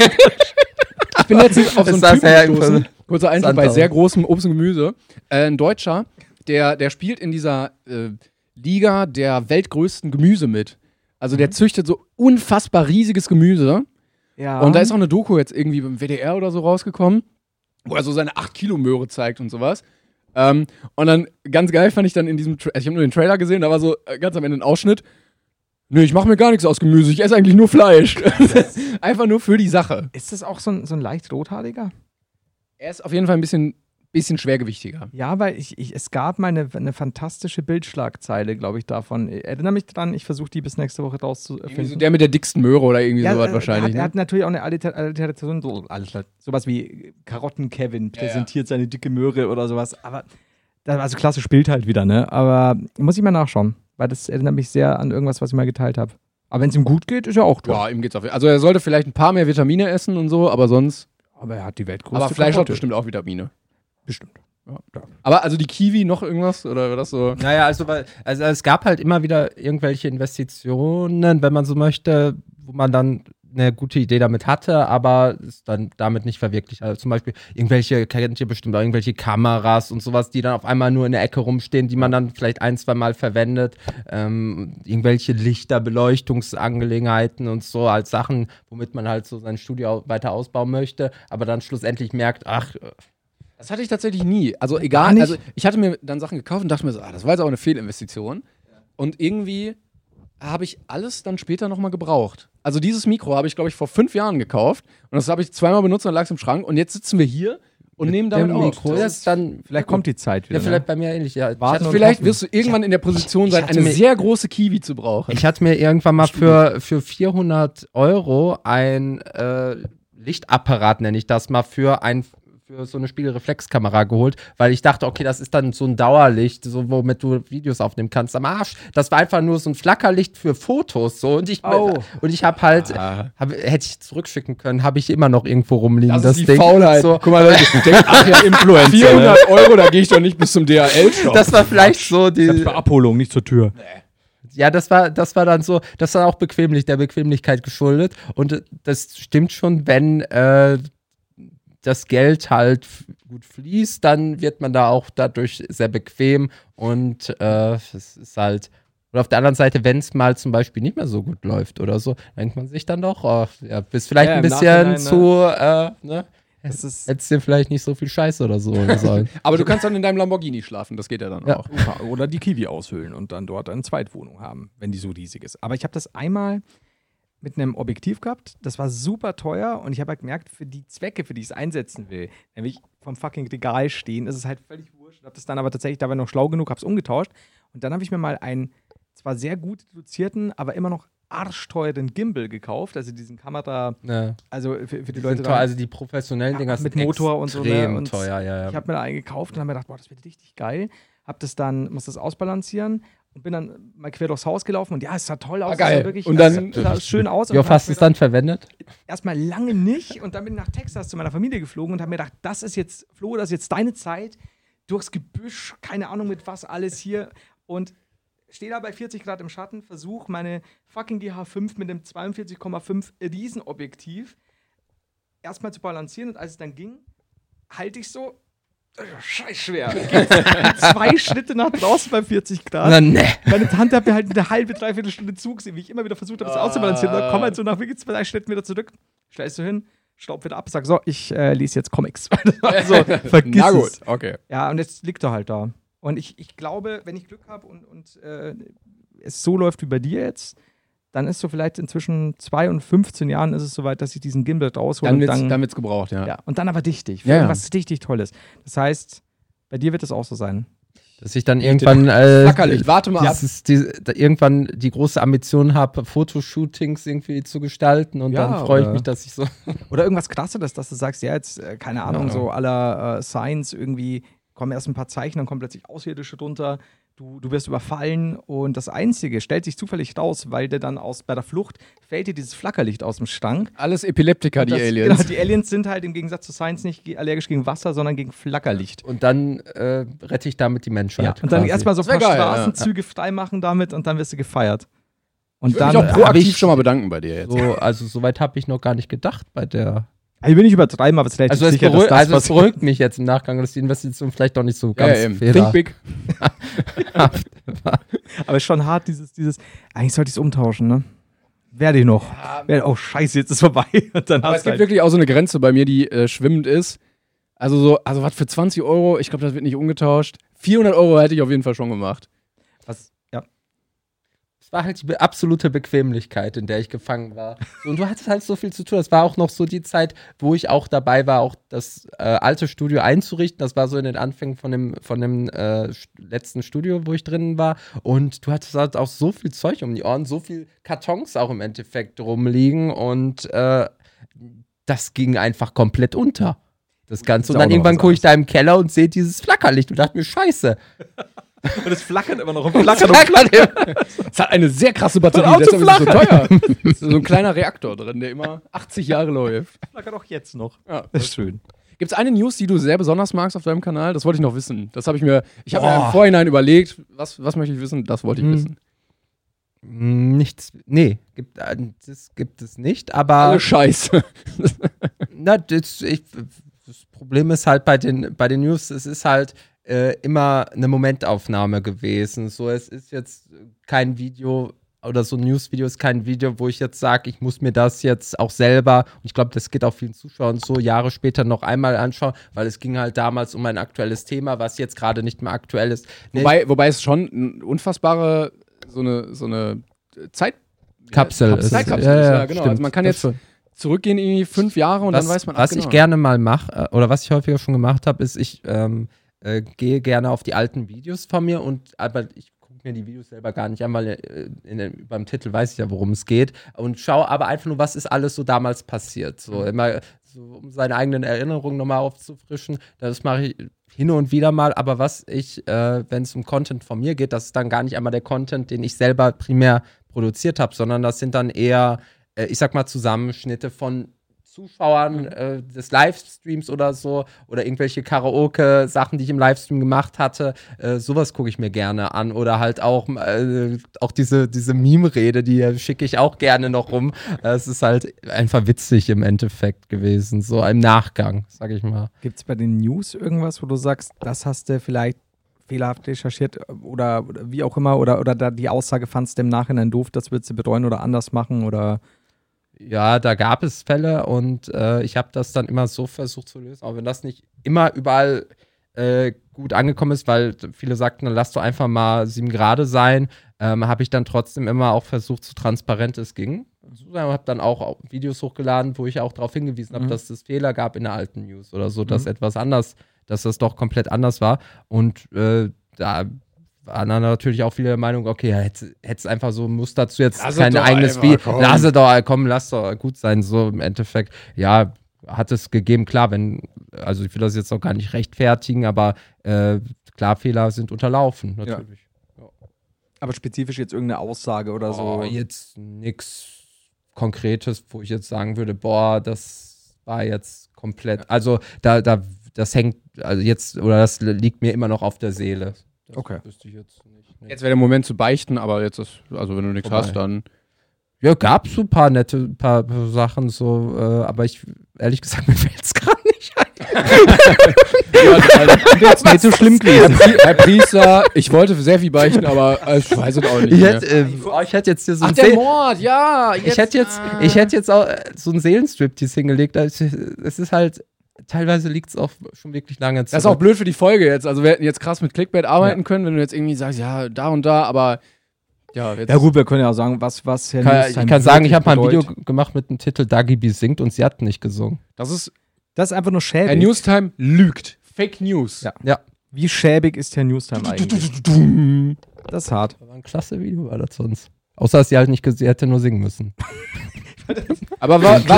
Ich bin letztens auf so einen Typen gestoßen. Kurzer Einschub bei sehr großem Obst und Gemüse. Ein Deutscher, der spielt in dieser Liga der weltgrößten Gemüse mit. Also der züchtet so unfassbar riesiges Gemüse. Ja. Und da ist auch eine Doku jetzt irgendwie beim WDR oder so rausgekommen, wo er so seine 8 Kilo Möhre zeigt und sowas. Und dann, ganz geil fand ich dann in diesem, ich habe nur den Trailer gesehen, da war so ganz am Ende ein Ausschnitt. Nö, ich mache mir gar nichts aus Gemüse, ich esse eigentlich nur Fleisch. Einfach nur für die Sache. Ist das auch so ein leicht rothaariger? Er ist auf jeden Fall ein bisschen schwergewichtiger. Ja, weil es gab mal eine fantastische Bildschlagzeile, glaube ich, davon. Ich erinnere mich dran, ich versuche die bis nächste Woche rauszufinden. So der mit der dicksten Möhre oder irgendwie sowas wahrscheinlich. Er hat natürlich auch eine Alliteration, sowas wie Karotten-Kevin präsentiert seine dicke Möhre oder sowas. Aber, also klassisch Bild halt wieder, ne? Aber muss ich mal nachschauen, weil das erinnert mich sehr an irgendwas, was ich mal geteilt habe. Aber wenn es ihm gut geht, ist er auch toll. Ja, ihm geht's auf jeden Fall. Also er sollte vielleicht ein paar mehr Vitamine essen und so, aber sonst. Aber er hat die weltgrößte. Aber Fleisch hat bestimmt auch Vitamine. Bestimmt. Ja. Aber also die Kiwi noch irgendwas? Oder war das so? Naja, also es gab halt immer wieder irgendwelche Investitionen, wenn man so möchte, wo man dann eine gute Idee damit hatte, aber es dann damit nicht verwirklicht. Also zum Beispiel kennt ihr bestimmt auch irgendwelche Kameras und sowas, die dann auf einmal nur in der Ecke rumstehen, die man dann vielleicht 1-2 Mal verwendet. Irgendwelche Lichter, Beleuchtungsangelegenheiten und so als Sachen, womit man halt so sein Studio weiter ausbauen möchte, aber dann schlussendlich merkt, das hatte ich tatsächlich nie. Also egal, also ich hatte mir dann Sachen gekauft und dachte mir so, das war jetzt auch eine Fehlinvestition. Und irgendwie habe ich alles dann später nochmal gebraucht. Also dieses Mikro habe ich, glaube ich, vor 5 Jahren gekauft und das habe ich 2-mal benutzt und dann lag es im Schrank und jetzt sitzen wir hier und nehmen damit auf. Vielleicht kommt die Zeit wieder. Ja, vielleicht bei mir ähnlich. Ja. Vielleicht wirst du irgendwann in der Position sein, eine sehr große Kiwi zu brauchen. Ich hatte mir irgendwann mal für 400 € ein Lichtapparat, nenne ich das mal, für so eine Spiegelreflexkamera geholt, weil ich dachte, okay, das ist dann so ein Dauerlicht, so womit du Videos aufnehmen kannst. Am Arsch. Das war einfach nur so ein Flackerlicht für Fotos, so und ich habe halt, hätte ich zurückschicken können, habe ich immer noch irgendwo rumliegen. Das ist die Ding. Faulheit. So. Guck mal, Leute, denkt, Influencer. 400 €, da gehe ich doch nicht bis zum DHL-Shop. Das war vielleicht so die Abholung, nicht zur Tür. Ja, das war dann so, das war auch der Bequemlichkeit geschuldet und das stimmt schon, wenn das Geld halt gut fließt, dann wird man da auch dadurch sehr bequem und es ist halt, und auf der anderen Seite, wenn es mal zum Beispiel nicht mehr so gut läuft oder so, denkt man sich dann doch, bist vielleicht ein bisschen zu, hättest dir vielleicht nicht so viel Scheiße oder so sollen. Aber du kannst dann in deinem Lamborghini schlafen, das geht ja dann auch. Oder die Kiwi aushöhlen und dann dort eine Zweitwohnung haben, wenn die so riesig ist. Aber ich habe das einmal mit einem Objektiv gehabt, das war super teuer und ich habe halt gemerkt, für die Zwecke, für die ich es einsetzen will, nämlich vom fucking Regal stehen, ist es halt völlig wurscht. Ich habe das dann aber tatsächlich, da war ich noch schlau genug, habe es umgetauscht und dann habe ich mir mal einen zwar sehr gut reduzierten, aber immer noch arschteuren Gimbal gekauft, also diesen Kamera, also für die Leute da. Also die professionellen Dinger mit Motor und so. Extrem teuer, ja. Ich habe mir da einen gekauft und habe mir gedacht, boah, das wird richtig geil. Muss das ausbalancieren und bin dann mal quer durchs Haus gelaufen und ja, es sah toll aus. Geil. Wirklich, und dann sah schön aus. Wie oft hast du es dann verwendet? Erstmal lange nicht und dann bin ich nach Texas zu meiner Familie geflogen und habe mir gedacht, das ist jetzt deine Zeit, durchs Gebüsch, keine Ahnung mit was alles hier und stehe da bei 40 Grad im Schatten, versuche meine fucking GH5 mit dem 42,5 Riesenobjektiv erstmal zu balancieren und als es dann ging, halte ich so scheiß schwer. 2 Schritte nach draußen bei 40 Grad. Meine Tante hat mir halt eine halbe, dreiviertel Stunde zugesehen, wie ich immer wieder versucht habe, das auszubalancieren. Dann komm halt so nach wirklich 2 Schritten wieder zurück, stellst du hin, staub wieder ab, sag so, ich lese jetzt Comics. Also, vergiss es. Okay. Ja, und jetzt liegt er halt da. Und ich glaube, wenn ich Glück habe und es so läuft wie bei dir jetzt, dann ist so vielleicht inzwischen 2 und 15 Jahren ist es soweit, dass ich diesen Gimbal raushole. Dann wird's gebraucht, ja. Und dann aber dichtig. Für irgendwas richtig Tolles. Das heißt, bei dir wird es auch so sein. Dass ich dann irgendwann warte mal ab. Irgendwann die große Ambition habe, Fotoshootings irgendwie zu gestalten und dann freue ich mich, dass ich so. Oder irgendwas Krasseres, dass du sagst, ja, jetzt, keine Ahnung, so à la Science irgendwie, kommen erst ein paar Zeichen, dann kommen plötzlich Außerirdische drunter. Du wirst überfallen und das Einzige stellt sich zufällig raus, weil der dann bei der Flucht fällt dir dieses Flackerlicht aus dem Schrank. Alles Epileptiker, die Aliens. Genau, die Aliens sind halt im Gegensatz zu Science nicht allergisch gegen Wasser, sondern gegen Flackerlicht. Und dann rette ich damit die Menschheit. Ja, und dann erstmal so ein paar Straßenzüge freimachen damit und dann wirst du gefeiert. Und ich würde mich auch proaktiv schon mal bedanken bei dir jetzt. Also soweit habe ich noch gar nicht gedacht bei der. Ich will nicht übertreiben, aber es ist es beruhigt mich jetzt im Nachgang, dass die Investition vielleicht doch nicht so ganz Think big. Aber ist schon hart, dieses eigentlich sollte ich es umtauschen, ne? Werde ich noch. Oh, scheiße, jetzt ist vorbei. Und dann aber es gibt wirklich auch so eine Grenze bei mir, die schwimmend ist. Also was für 20 €, ich glaube, das wird nicht umgetauscht. 400 € hätte ich auf jeden Fall schon gemacht. War halt die absolute Bequemlichkeit, in der ich gefangen war. Und du hattest halt so viel zu tun. Das war auch noch so die Zeit, wo ich auch dabei war, auch das alte Studio einzurichten. Das war so in den Anfängen von dem letzten Studio, wo ich drin war. Und du hattest halt auch so viel Zeug um die Ohren, so viel Kartons auch im Endeffekt rumliegen. Und das ging einfach komplett unter. Das Ganze. Und dann irgendwann gucke ich da im Keller und sehe dieses Flackerlicht und dachte mir, scheiße. Und es flackert immer noch. Es hat eine sehr krasse Batterie, deshalb ist es so teuer. Es ist so ein kleiner Reaktor drin, der immer 80 Jahre läuft. Flackert auch jetzt noch. Ja, das ist schön. Gibt es eine News, die du sehr besonders magst auf deinem Kanal? Das wollte ich noch wissen. Ich habe mir im Vorhinein überlegt, was möchte ich wissen? Das wollte ich wissen. Nichts, nee, das gibt es nicht, aber Scheiße. das Problem ist halt bei den News, es ist halt immer eine Momentaufnahme gewesen. So, es ist jetzt kein Video oder so ein News-Video ist kein Video, wo ich jetzt sage, ich muss mir das jetzt auch selber, und ich glaube, das geht auch vielen Zuschauern so, Jahre später noch einmal anschauen, weil es ging halt damals um ein aktuelles Thema, was jetzt gerade nicht mehr aktuell ist. Wobei es schon eine unfassbare so eine Kapsel ist. Zeitkapsel ist, ja, genau. Stimmt. Also man kann jetzt zurückgehen in 5 Jahre und dann weiß man, was ich gerne mal mache, oder was ich häufiger schon gemacht habe, ist, ich gehe gerne auf die alten Videos von mir aber ich gucke mir die Videos selber gar nicht an, weil beim Titel weiß ich ja, worum es geht, und schaue aber einfach nur, was ist alles so damals passiert. So immer so, um seine eigenen Erinnerungen nochmal aufzufrischen. Das mache ich hin und wieder mal, aber was ich, wenn es um Content von mir geht, das ist dann gar nicht einmal der Content, den ich selber primär produziert habe, sondern das sind dann eher, ich sag mal, Zusammenschnitte von Zuschauern des Livestreams oder so, oder irgendwelche Karaoke-Sachen, die ich im Livestream gemacht hatte. Sowas gucke ich mir gerne an. Oder halt auch diese Meme-Rede, die schicke ich auch gerne noch rum. Es ist halt einfach witzig im Endeffekt gewesen, so im Nachgang, sag ich mal. Gibt es bei den News irgendwas, wo du sagst, das hast du vielleicht fehlerhaft recherchiert oder wie auch immer, oder da die Aussage fandst du im Nachhinein doof, das würdest du bereuen oder anders machen, oder? Ja, da gab es Fälle, und ich habe das dann immer so versucht zu lösen, auch wenn das nicht immer überall gut angekommen ist, weil viele sagten, dann lass doch einfach mal 7 Grad sein, habe ich dann trotzdem immer auch versucht, so transparent es ging. Habe dann auch Videos hochgeladen, wo ich auch darauf hingewiesen habe, dass es Fehler gab in der alten News oder so, dass dass das doch komplett anders war. Und da waren dann natürlich auch viele der Meinung, okay, hättest einfach so, musst dazu jetzt kein eigenes Video, lass doch gut sein, so im Endeffekt. Ja, hat es gegeben, klar, also ich will das jetzt auch gar nicht rechtfertigen, aber klar, Fehler sind unterlaufen, natürlich. Ja. Aber spezifisch jetzt irgendeine Aussage oder so? Jetzt nichts Konkretes, wo ich jetzt sagen würde, boah, das war jetzt komplett, also das hängt, also jetzt, oder das liegt mir immer noch auf der Seele. Das wüsste ich jetzt nicht. Nee. Jetzt wäre der Moment zu beichten, aber jetzt ist, also wenn du nichts hast, dann. Ja, gab es so ein paar nette Sachen, so, aber ehrlich gesagt, mir fällt es gerade nicht ein. Das ist nicht so schlimm gewesen. Herr Priester, ich wollte sehr viel beichten, aber ich weiß es auch nicht. Ich hätte jetzt hier so der Mord, ja. Ich hätte jetzt auch so einen Seelenstriptease hingelegt. Es ist halt, teilweise liegt es auch schon wirklich lange zurück. Das ist auch blöd für die Folge jetzt. Also wir hätten jetzt krass mit Clickbait arbeiten können, wenn du jetzt irgendwie sagst, ja, da und da, aber ja, jetzt. Ja gut, wir können ja auch sagen, was Herr Ich kann sagen, ich habe mal ein Video gemacht mit dem Titel Dagi B singt und sie hat nicht gesungen. Das ist einfach nur schäbig. Herr Newstime lügt. Fake News. Ja. Wie schäbig ist Herr Newstime eigentlich? Das ist hart. Das war ein klasse Video, war das sonst. Außer, dass sie halt nicht sie hätte nur singen müssen. Aber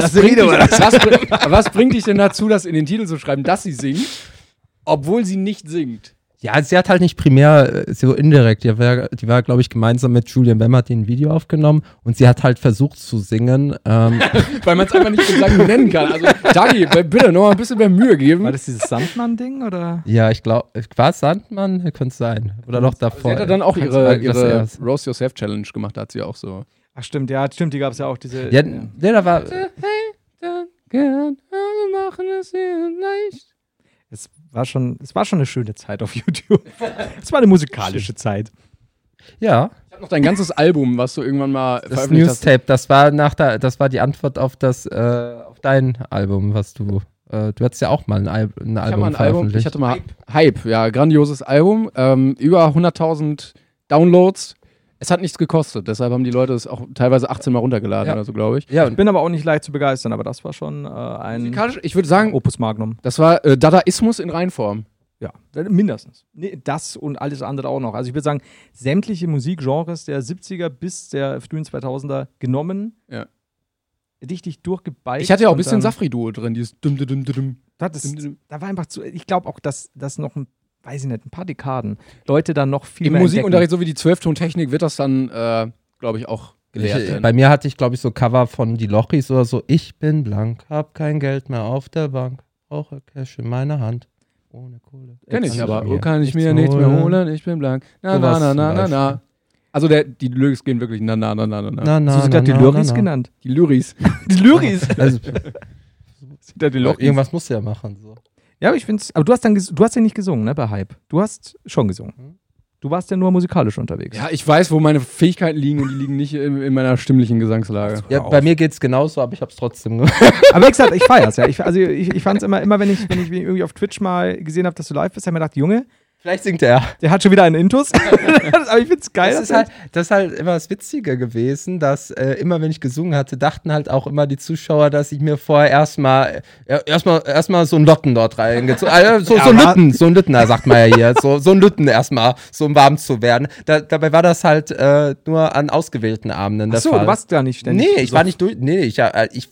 was bringt dich denn dazu, das in den Titel zu schreiben, dass sie singt, obwohl sie nicht singt? Ja, sie hat halt nicht primär, so indirekt. Die war, glaube ich, gemeinsam mit Julian Bemmert ein Video aufgenommen, und sie hat halt versucht zu singen. Weil man es einfach nicht gesagt nennen kann. Also, Dagi, bitte noch mal ein bisschen mehr Mühe geben. War das dieses Sandmann-Ding, oder? Ja, ich glaube, war es Sandmann? Könnte es sein. Oder noch davor. Sie hat ja dann auch ihre Roast Yourself Challenge gemacht, da hat sie auch so. Ach stimmt, die gab es ja auch, diese. Ja, da war. Es war schon eine schöne Zeit auf YouTube. Es war eine musikalische Zeit. Ja. Ich habe noch dein ganzes Album, was du irgendwann mal das veröffentlicht hast. News-Tape, das war die Antwort auf auf dein Album, was du hattest ja auch mal ein Album veröffentlicht. Ich hatte mal Hype, ja, grandioses Album, über 100.000 Downloads. Es hat nichts gekostet, deshalb haben die Leute es auch teilweise 18 Mal runtergeladen oder so, glaube ich. Ja, ich bin aber auch nicht leicht zu begeistern, aber das war schon ein ich würde sagen, Opus Magnum. Das war Dadaismus in Reinform. Ja, mindestens. Nee, das und alles andere auch noch. Also ich würde sagen, sämtliche Musikgenres der 70er bis der frühen 2000er genommen, richtig durchgebeißt. Ich hatte ja auch ein bisschen Safri-Duo drin, dieses Dum-Dum-Dum-Dum. Da war einfach zu, ich glaube auch, dass das noch ein paar Dekaden Leute dann noch viel mehr im Musikunterricht, so wie die 12-Ton-Technik, wird das dann, glaube ich, auch gelehrt. Bei mir hatte ich, glaube ich, so Cover von die Lochis oder so. Ich bin blank, hab kein Geld mehr auf der Bank, brauche Cash in meiner Hand, ohne Kohle. Kenn ich aber. Wo kann ich mir nichts mehr holen? Ich bin blank. Na. Also die Lyrics gehen wirklich na. So sind das die Lyrics genannt. Die Lyrics. Die Lyrics. Also, Sind das die Lyrics? irgendwas musst du ja machen. So. Ja, aber ich find's. Aber du hast ja nicht gesungen, ne, bei Hype. Du hast schon gesungen. Du warst ja nur musikalisch unterwegs. Ja, ich weiß, wo meine Fähigkeiten liegen und die liegen nicht in meiner stimmlichen Gesangslage. Ja, bei mir geht's genauso, aber ich hab's trotzdem gemacht. Aber wie gesagt, ich feier's, ja. Ich fand's immer wenn ich irgendwie auf Twitch mal gesehen habe, dass du live bist, habe ich mir gedacht, Junge, Vielleicht singt er. der hat schon wieder einen Intus. Aber ich find's geil. Das ist halt immer das Witzige gewesen, dass immer, wenn ich gesungen hatte, dachten halt auch immer die Zuschauer, dass ich mir vorher erstmal so einen Lotten dort reingezogen so ein Lüttener, sagt man ja hier. So ein Lütten erstmal, so um warm zu werden. Dabei war das halt nur an ausgewählten Abenden der Fall. Du warst da nicht ständig. Nee, ich war nicht durch. Nee, ich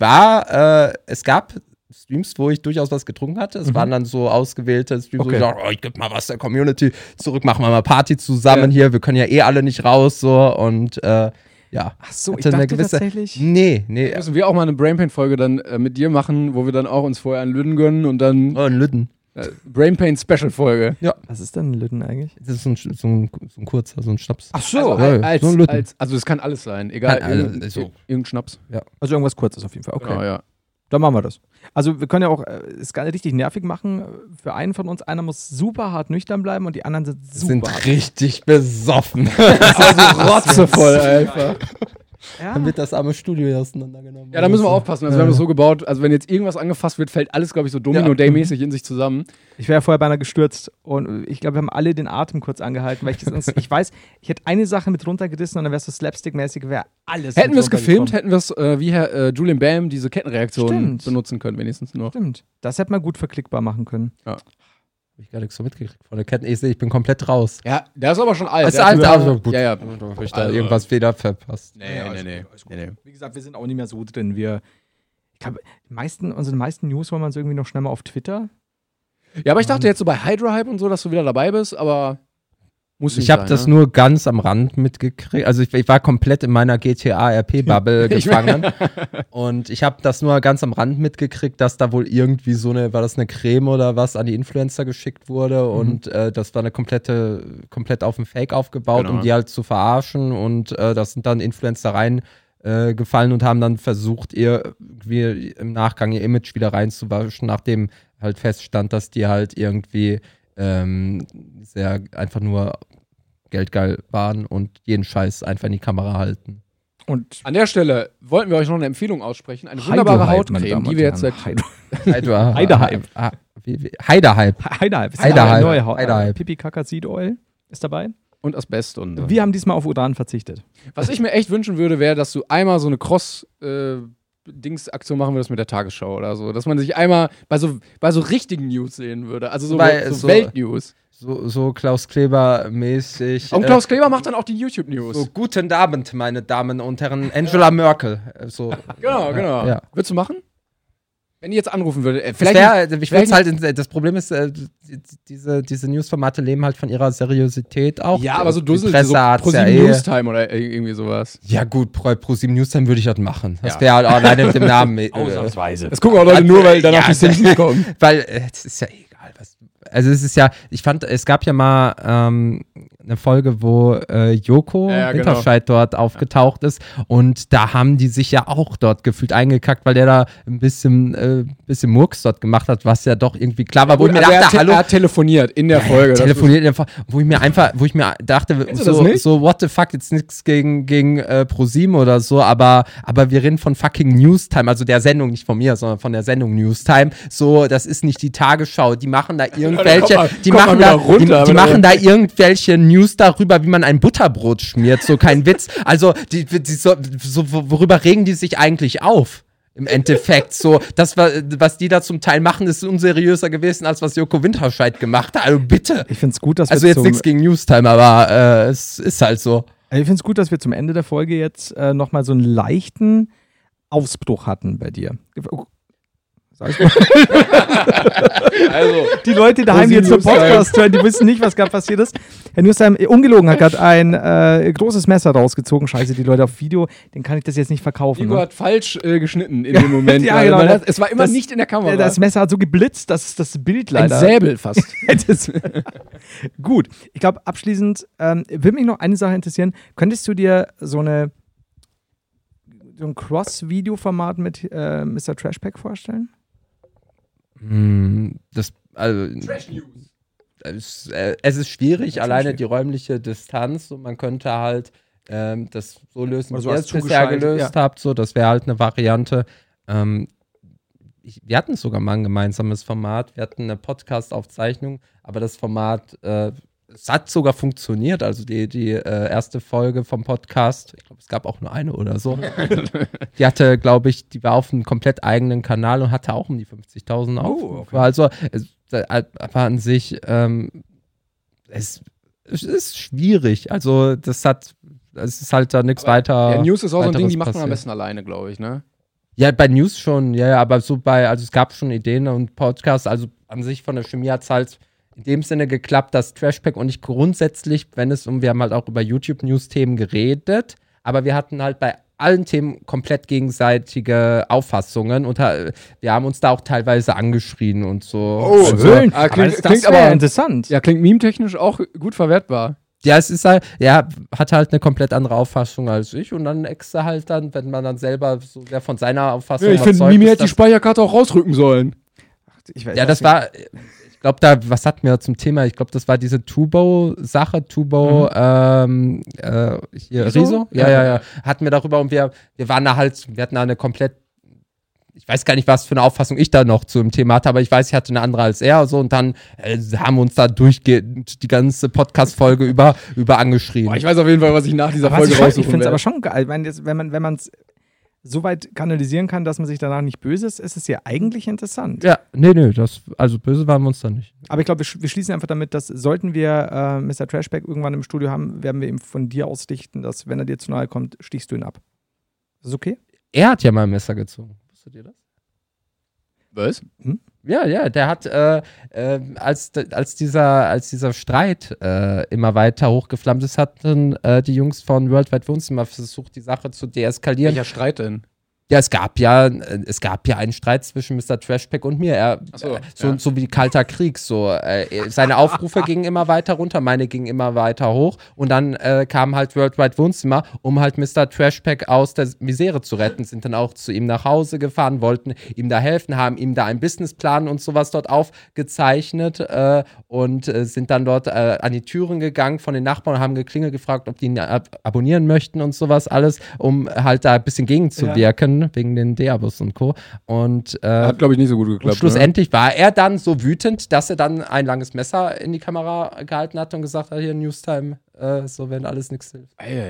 war, es gab Streams, wo ich durchaus was getrunken hatte. Es waren dann so ausgewählte Streams, wo ich dachte, ich gebe mal was der Community zurück, machen wir mal Party zusammen hier. Wir können ja eh alle nicht raus, so und ja. Ach so, ich dachte tatsächlich. Nee. Müssen wir auch mal eine Brainpain-Folge dann mit dir machen, wo wir dann auch uns vorher einen Lütten gönnen und dann. Oh, ein Lütten. Brainpain-Special-Folge. Ja. Was ist denn ein Lütten eigentlich? Das ist so ein kurzer, so ein Schnaps. Ach so. Also es kann alles sein, egal. Irgendein Schnaps. Ja. Also irgendwas Kurzes auf jeden Fall. Okay. Genau, ja. Dann machen wir das. Also wir können ja auch es gar nicht richtig nervig machen. Für einen von uns, einer muss super hart nüchtern bleiben und die anderen sind hart. Richtig besoffen. Also rotzevoll einfach. Ja. Dann wird das arme Studio hier auseinandergenommen. Ja, da müssen wir aufpassen. Also wir haben es so gebaut, also wenn jetzt irgendwas angefasst wird, fällt alles, glaube ich, so Domino-Day-mäßig in sich zusammen. Ich wäre vorher beinahe gestürzt und ich glaube, wir haben alle den Atem kurz angehalten, weil ich weiß, ich hätte eine Sache mit runtergerissen und dann wäre es so Slapstick-mäßig, wäre alles. Hätten wir es gefilmt, hätten wir es wie Herr Julian Bam diese Kettenreaktion benutzen können, wenigstens noch. Stimmt. Das hätte man gut verklickbar machen können. Ja. Hab ich gar nichts so mitgekriegt von der Ketten. Ich bin komplett raus. Ja, der ist aber schon alt. Das ist alt, aber gut. Ja. Hab ich da irgendwas wieder verpasst. Nee. Wie gesagt, wir sind auch nicht mehr so drin. Ich glaube, unsere meisten News wollen wir uns irgendwie noch schnell mal auf Twitter. Ja, aber ich dachte jetzt so bei Hydra Hype und so, dass du wieder dabei bist, aber muss nicht Ich habe sein, das nur ganz am Rand mitgekriegt. Also ich war komplett in meiner GTA-RP-Bubble gefangen. Und ich habe das nur ganz am Rand mitgekriegt, dass da wohl irgendwie war das eine Creme oder was, an die Influencer geschickt wurde. Und das war eine komplett auf dem Fake aufgebaut, um die halt zu verarschen. Und das sind dann Influencer reingefallen und haben dann versucht, irgendwie im Nachgang ihr Image wieder reinzuwaschen, nachdem halt feststand, dass die halt irgendwie sehr einfach nur geldgeil waren und jeden Scheiß einfach in die Kamera halten. Und an der Stelle wollten wir euch noch eine Empfehlung aussprechen. Eine wunderbare Hautcreme, die wir jetzt seit Heidehype. Heidehype. Pipi Kaka Seed Oil ist dabei. Und Asbest. Und wir haben diesmal auf Uran verzichtet. Was ich mir echt wünschen würde, wäre, dass du einmal so eine Cross-Dings-Aktion machen würdest mit der Tagesschau oder so. Dass man sich einmal bei so richtigen News sehen würde. Also so Weltnews. So Klaus Kleber-mäßig. Und Klaus Kleber macht dann auch die YouTube-News. So, guten Abend, meine Damen und Herren. Angela Merkel. So. Genau. Ja. Würdest du machen? Wenn die jetzt anrufen würde. Das Problem ist, diese Newsformate leben halt von ihrer Seriosität auch. Ja, aber so dusselig, so ProSieben Newstime oder irgendwie sowas. Ja gut, ProSieben Newstime würde ich das machen. Das wäre halt alleine mit dem Namen. Ausnahmsweise. Das gucken auch Leute nur, weil danach die Simpsons kommen. Weil, es ist ja egal, was. Also es ist ja, ich fand, es gab ja mal eine Folge, wo Joko Winterscheid dort aufgetaucht ist und da haben die sich ja auch dort gefühlt eingekackt, weil der da ein bisschen Murks dort gemacht hat, was ja doch irgendwie klar war, wo ich mir dachte, er hat telefoniert in der Folge. Wo ich mir dachte, so what the fuck, jetzt nichts gegen ProSieben oder so, aber wir reden von fucking Newstime, also der Sendung, nicht von mir, sondern von der Sendung Newstime. So, das ist nicht die Tagesschau, die machen da machen da irgendwelche News darüber, wie man ein Butterbrot schmiert, so kein Witz. Also, worüber regen die sich eigentlich auf? Im Endeffekt, so, das, was die da zum Teil machen, ist unseriöser gewesen, als was Joko Winterscheid gemacht hat. Also bitte. Ich finde es gut, dass wir jetzt nichts gegen Newstime, aber es ist halt so. Ich finde es gut, dass wir zum Ende der Folge jetzt nochmal so einen leichten Ausbruch hatten bei dir. Also, die Leute daheim, die jetzt den Podcast hören, die wissen nicht, was gerade passiert ist. Herr Newstime, ungelogen, hat gerade ein großes Messer rausgezogen. Scheiße, die Leute auf Video, den kann ich das jetzt nicht verkaufen. Igor hat falsch geschnitten in dem Moment. Ja, genau. Es war immer nicht in der Kamera. Das Messer hat so geblitzt, dass das Bild leider... Ein Säbel fast. Gut, ich glaube, abschließend würde mich noch eine Sache interessieren. Könntest du dir so ein Cross-Video-Format mit Mr. Trashpack vorstellen? Trash News. Es ist schwierig, alleine die räumliche Distanz. Und man könnte halt das so lösen, wie ihr es bisher gelöst habt. So, das wäre halt eine Variante. Wir hatten sogar mal ein gemeinsames Format. Wir hatten eine Podcast-Aufzeichnung, aber das Format, es hat sogar funktioniert. Also die erste Folge vom Podcast, ich glaube, es gab auch nur eine oder so. Die hatte, glaube ich, die war auf einem komplett eigenen Kanal und hatte auch um die 50.000 Aufrufe. Okay. Also, aber an sich, es ist schwierig. Also, es ist halt da nichts weiter. Ja, News ist auch so ein Ding, die macht man passiert. am besten alleine, glaube ich, ne? Ja, bei News schon, ja, aber so also es gab schon Ideen und Podcasts, also an sich von der Chemie hat es halt in dem Sinne geklappt, dass Trashpack und ich grundsätzlich, wir haben halt auch über YouTube-News-Themen geredet, aber wir hatten halt bei allen Themen komplett gegenseitige Auffassungen und wir haben uns da auch teilweise angeschrien und so. Oh, also, klingt aber interessant. Ja, klingt meme-technisch auch gut verwertbar. Ja, es ist halt, hat halt eine komplett andere Auffassung als ich und dann extra halt dann, wenn man dann selber so sehr von seiner Auffassung ich finde, Mimi hätte die Speicherkarte auch rausrücken sollen. Das war, ich glaube, was hatten wir zum Thema? Ich glaube, das war diese Tubo-Sache, hier, Riso? Ja. Hatten wir darüber und wir waren da halt, wir hatten da eine komplett, ich weiß gar nicht, was für eine Auffassung ich da noch zu dem Thema hatte, aber ich weiß, ich hatte eine andere als er so und dann haben wir uns da durchgehend die ganze Podcast-Folge über angeschrien. Boah, ich weiß auf jeden Fall, was ich nach dieser Folge raussuchen Ich finde es aber schon geil. Ich meine, wenn man es so weit kanalisieren kann, dass man sich danach nicht böse ist es ja eigentlich interessant. Ja, nee, also böse waren wir uns da nicht. Aber ich glaube, wir schließen einfach damit, dass sollten wir Mr. Trashback irgendwann im Studio haben, werden wir ihm von dir ausrichten, dass wenn er dir zu nahe kommt, stichst du ihn ab. Ist das okay? Er hat ja mal ein Messer gezogen. Wusstet ihr das? Was? Ja, der hat, als dieser Streit immer weiter hochgeflammt ist, hatten die Jungs von Worldwide Wohnzimmer versucht, die Sache zu deeskalieren. Welcher Streit denn? Ja, es gab ja einen Streit zwischen Mr. Trashpack und mir. So wie Kalter Krieg. So, seine Aufrufe gingen immer weiter runter, meine gingen immer weiter hoch. Und dann kam halt Worldwide Wohnzimmer, um halt Mr. Trashpack aus der Misere zu retten. Sind dann auch zu ihm nach Hause gefahren, wollten ihm da helfen, haben ihm da einen Businessplan und sowas dort aufgezeichnet und sind dann dort an die Türen gegangen von den Nachbarn und haben geklingelt, gefragt, ob die ihn abonnieren möchten und sowas alles, um halt da ein bisschen gegenzuwirken. Wegen den Diabos und Co. Und hat, glaube ich, nicht so gut geklappt. Und schlussendlich war er dann so wütend, dass er dann ein langes Messer in die Kamera gehalten hat und gesagt hat, hier Newstime, so wenn alles nichts hilft.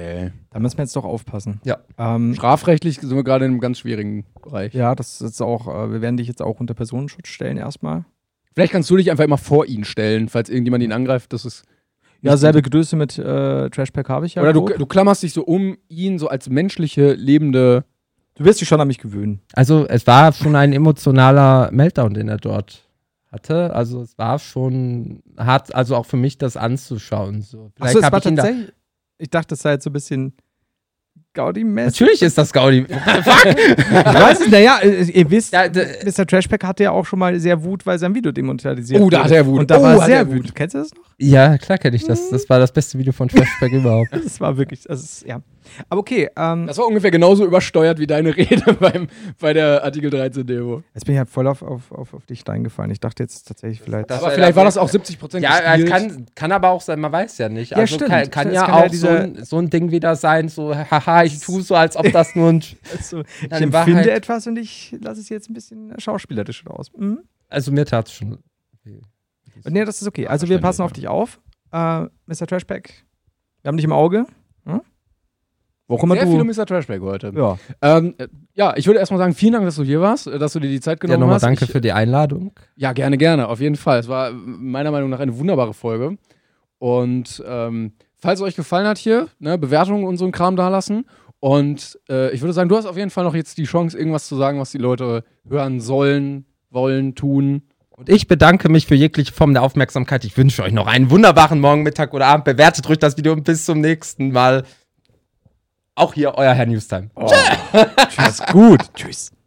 Da müssen wir jetzt doch aufpassen. Ja. Strafrechtlich sind wir gerade in einem ganz schwierigen Bereich. Ja, das ist auch, wir werden dich jetzt auch unter Personenschutz stellen erstmal. Vielleicht kannst du dich einfach immer vor ihn stellen, falls irgendjemand ihn angreift, das ist... Ja, selbe Größe mit Trashpack habe ich ja. Oder du klammerst dich so um ihn, so als menschliche, lebende... Du wirst dich schon an mich gewöhnen. Also es war schon ein emotionaler Meltdown, den er dort hatte. Also es war schon hart, also auch für mich das anzuschauen. So. Achso, es war tatsächlich... Ich dachte, das sei jetzt so ein bisschen Gaudi-mäßig. Natürlich ist das Gaudi. Ich weiß es, naja, ihr wisst, Mr. Trashpack hatte ja auch schon mal sehr Wut, weil sein Video demonetarisiert wurde. Oh, da hat er Wut. Und da war er sehr wütend. Kennst du das noch? Ja, klar kenne ich das. Das war das beste Video von Trashpack überhaupt. Das war wirklich, ja. Aber okay. Das war ungefähr genauso übersteuert wie deine Rede bei der Artikel 13 Demo. Jetzt bin ich halt voll auf dich reingefallen. Ich dachte jetzt tatsächlich vielleicht... Aber vielleicht war das auch 70% Ja, kann aber auch sein, man weiß ja nicht. Ja, also stimmt. Kann ja auch so ein Ding wieder sein, so, haha, ich tue so, als ob das nur ein... Also, ich empfinde etwas und ich lasse es jetzt ein bisschen schauspielerisch raus. Mhm. Also mir tat es schon weh. Nee, das ist okay. Also wir passen auf dich auf. Mr. Trashpack, wir haben dich im Auge. Wo auch immer Sehr du... viele Mr. Trashback heute. Ja. Ja, ich würde erstmal sagen, vielen Dank, dass du hier warst, dass du dir die Zeit genommen nochmal hast. Danke für die Einladung. Ja, gerne, auf jeden Fall. Es war meiner Meinung nach eine wunderbare Folge. Und falls es euch gefallen hat hier, ne, Bewertungen und so einen Kram dalassen. Und ich würde sagen, du hast auf jeden Fall noch jetzt die Chance, irgendwas zu sagen, was die Leute hören sollen, wollen, tun. Und ich bedanke mich für jegliche Form der Aufmerksamkeit. Ich wünsche euch noch einen wunderbaren Morgen, Mittag oder Abend. Bewertet ruhig das Video und bis zum nächsten Mal. Auch hier, euer Herr Newstime. Tschüss. Gut. Tschüss.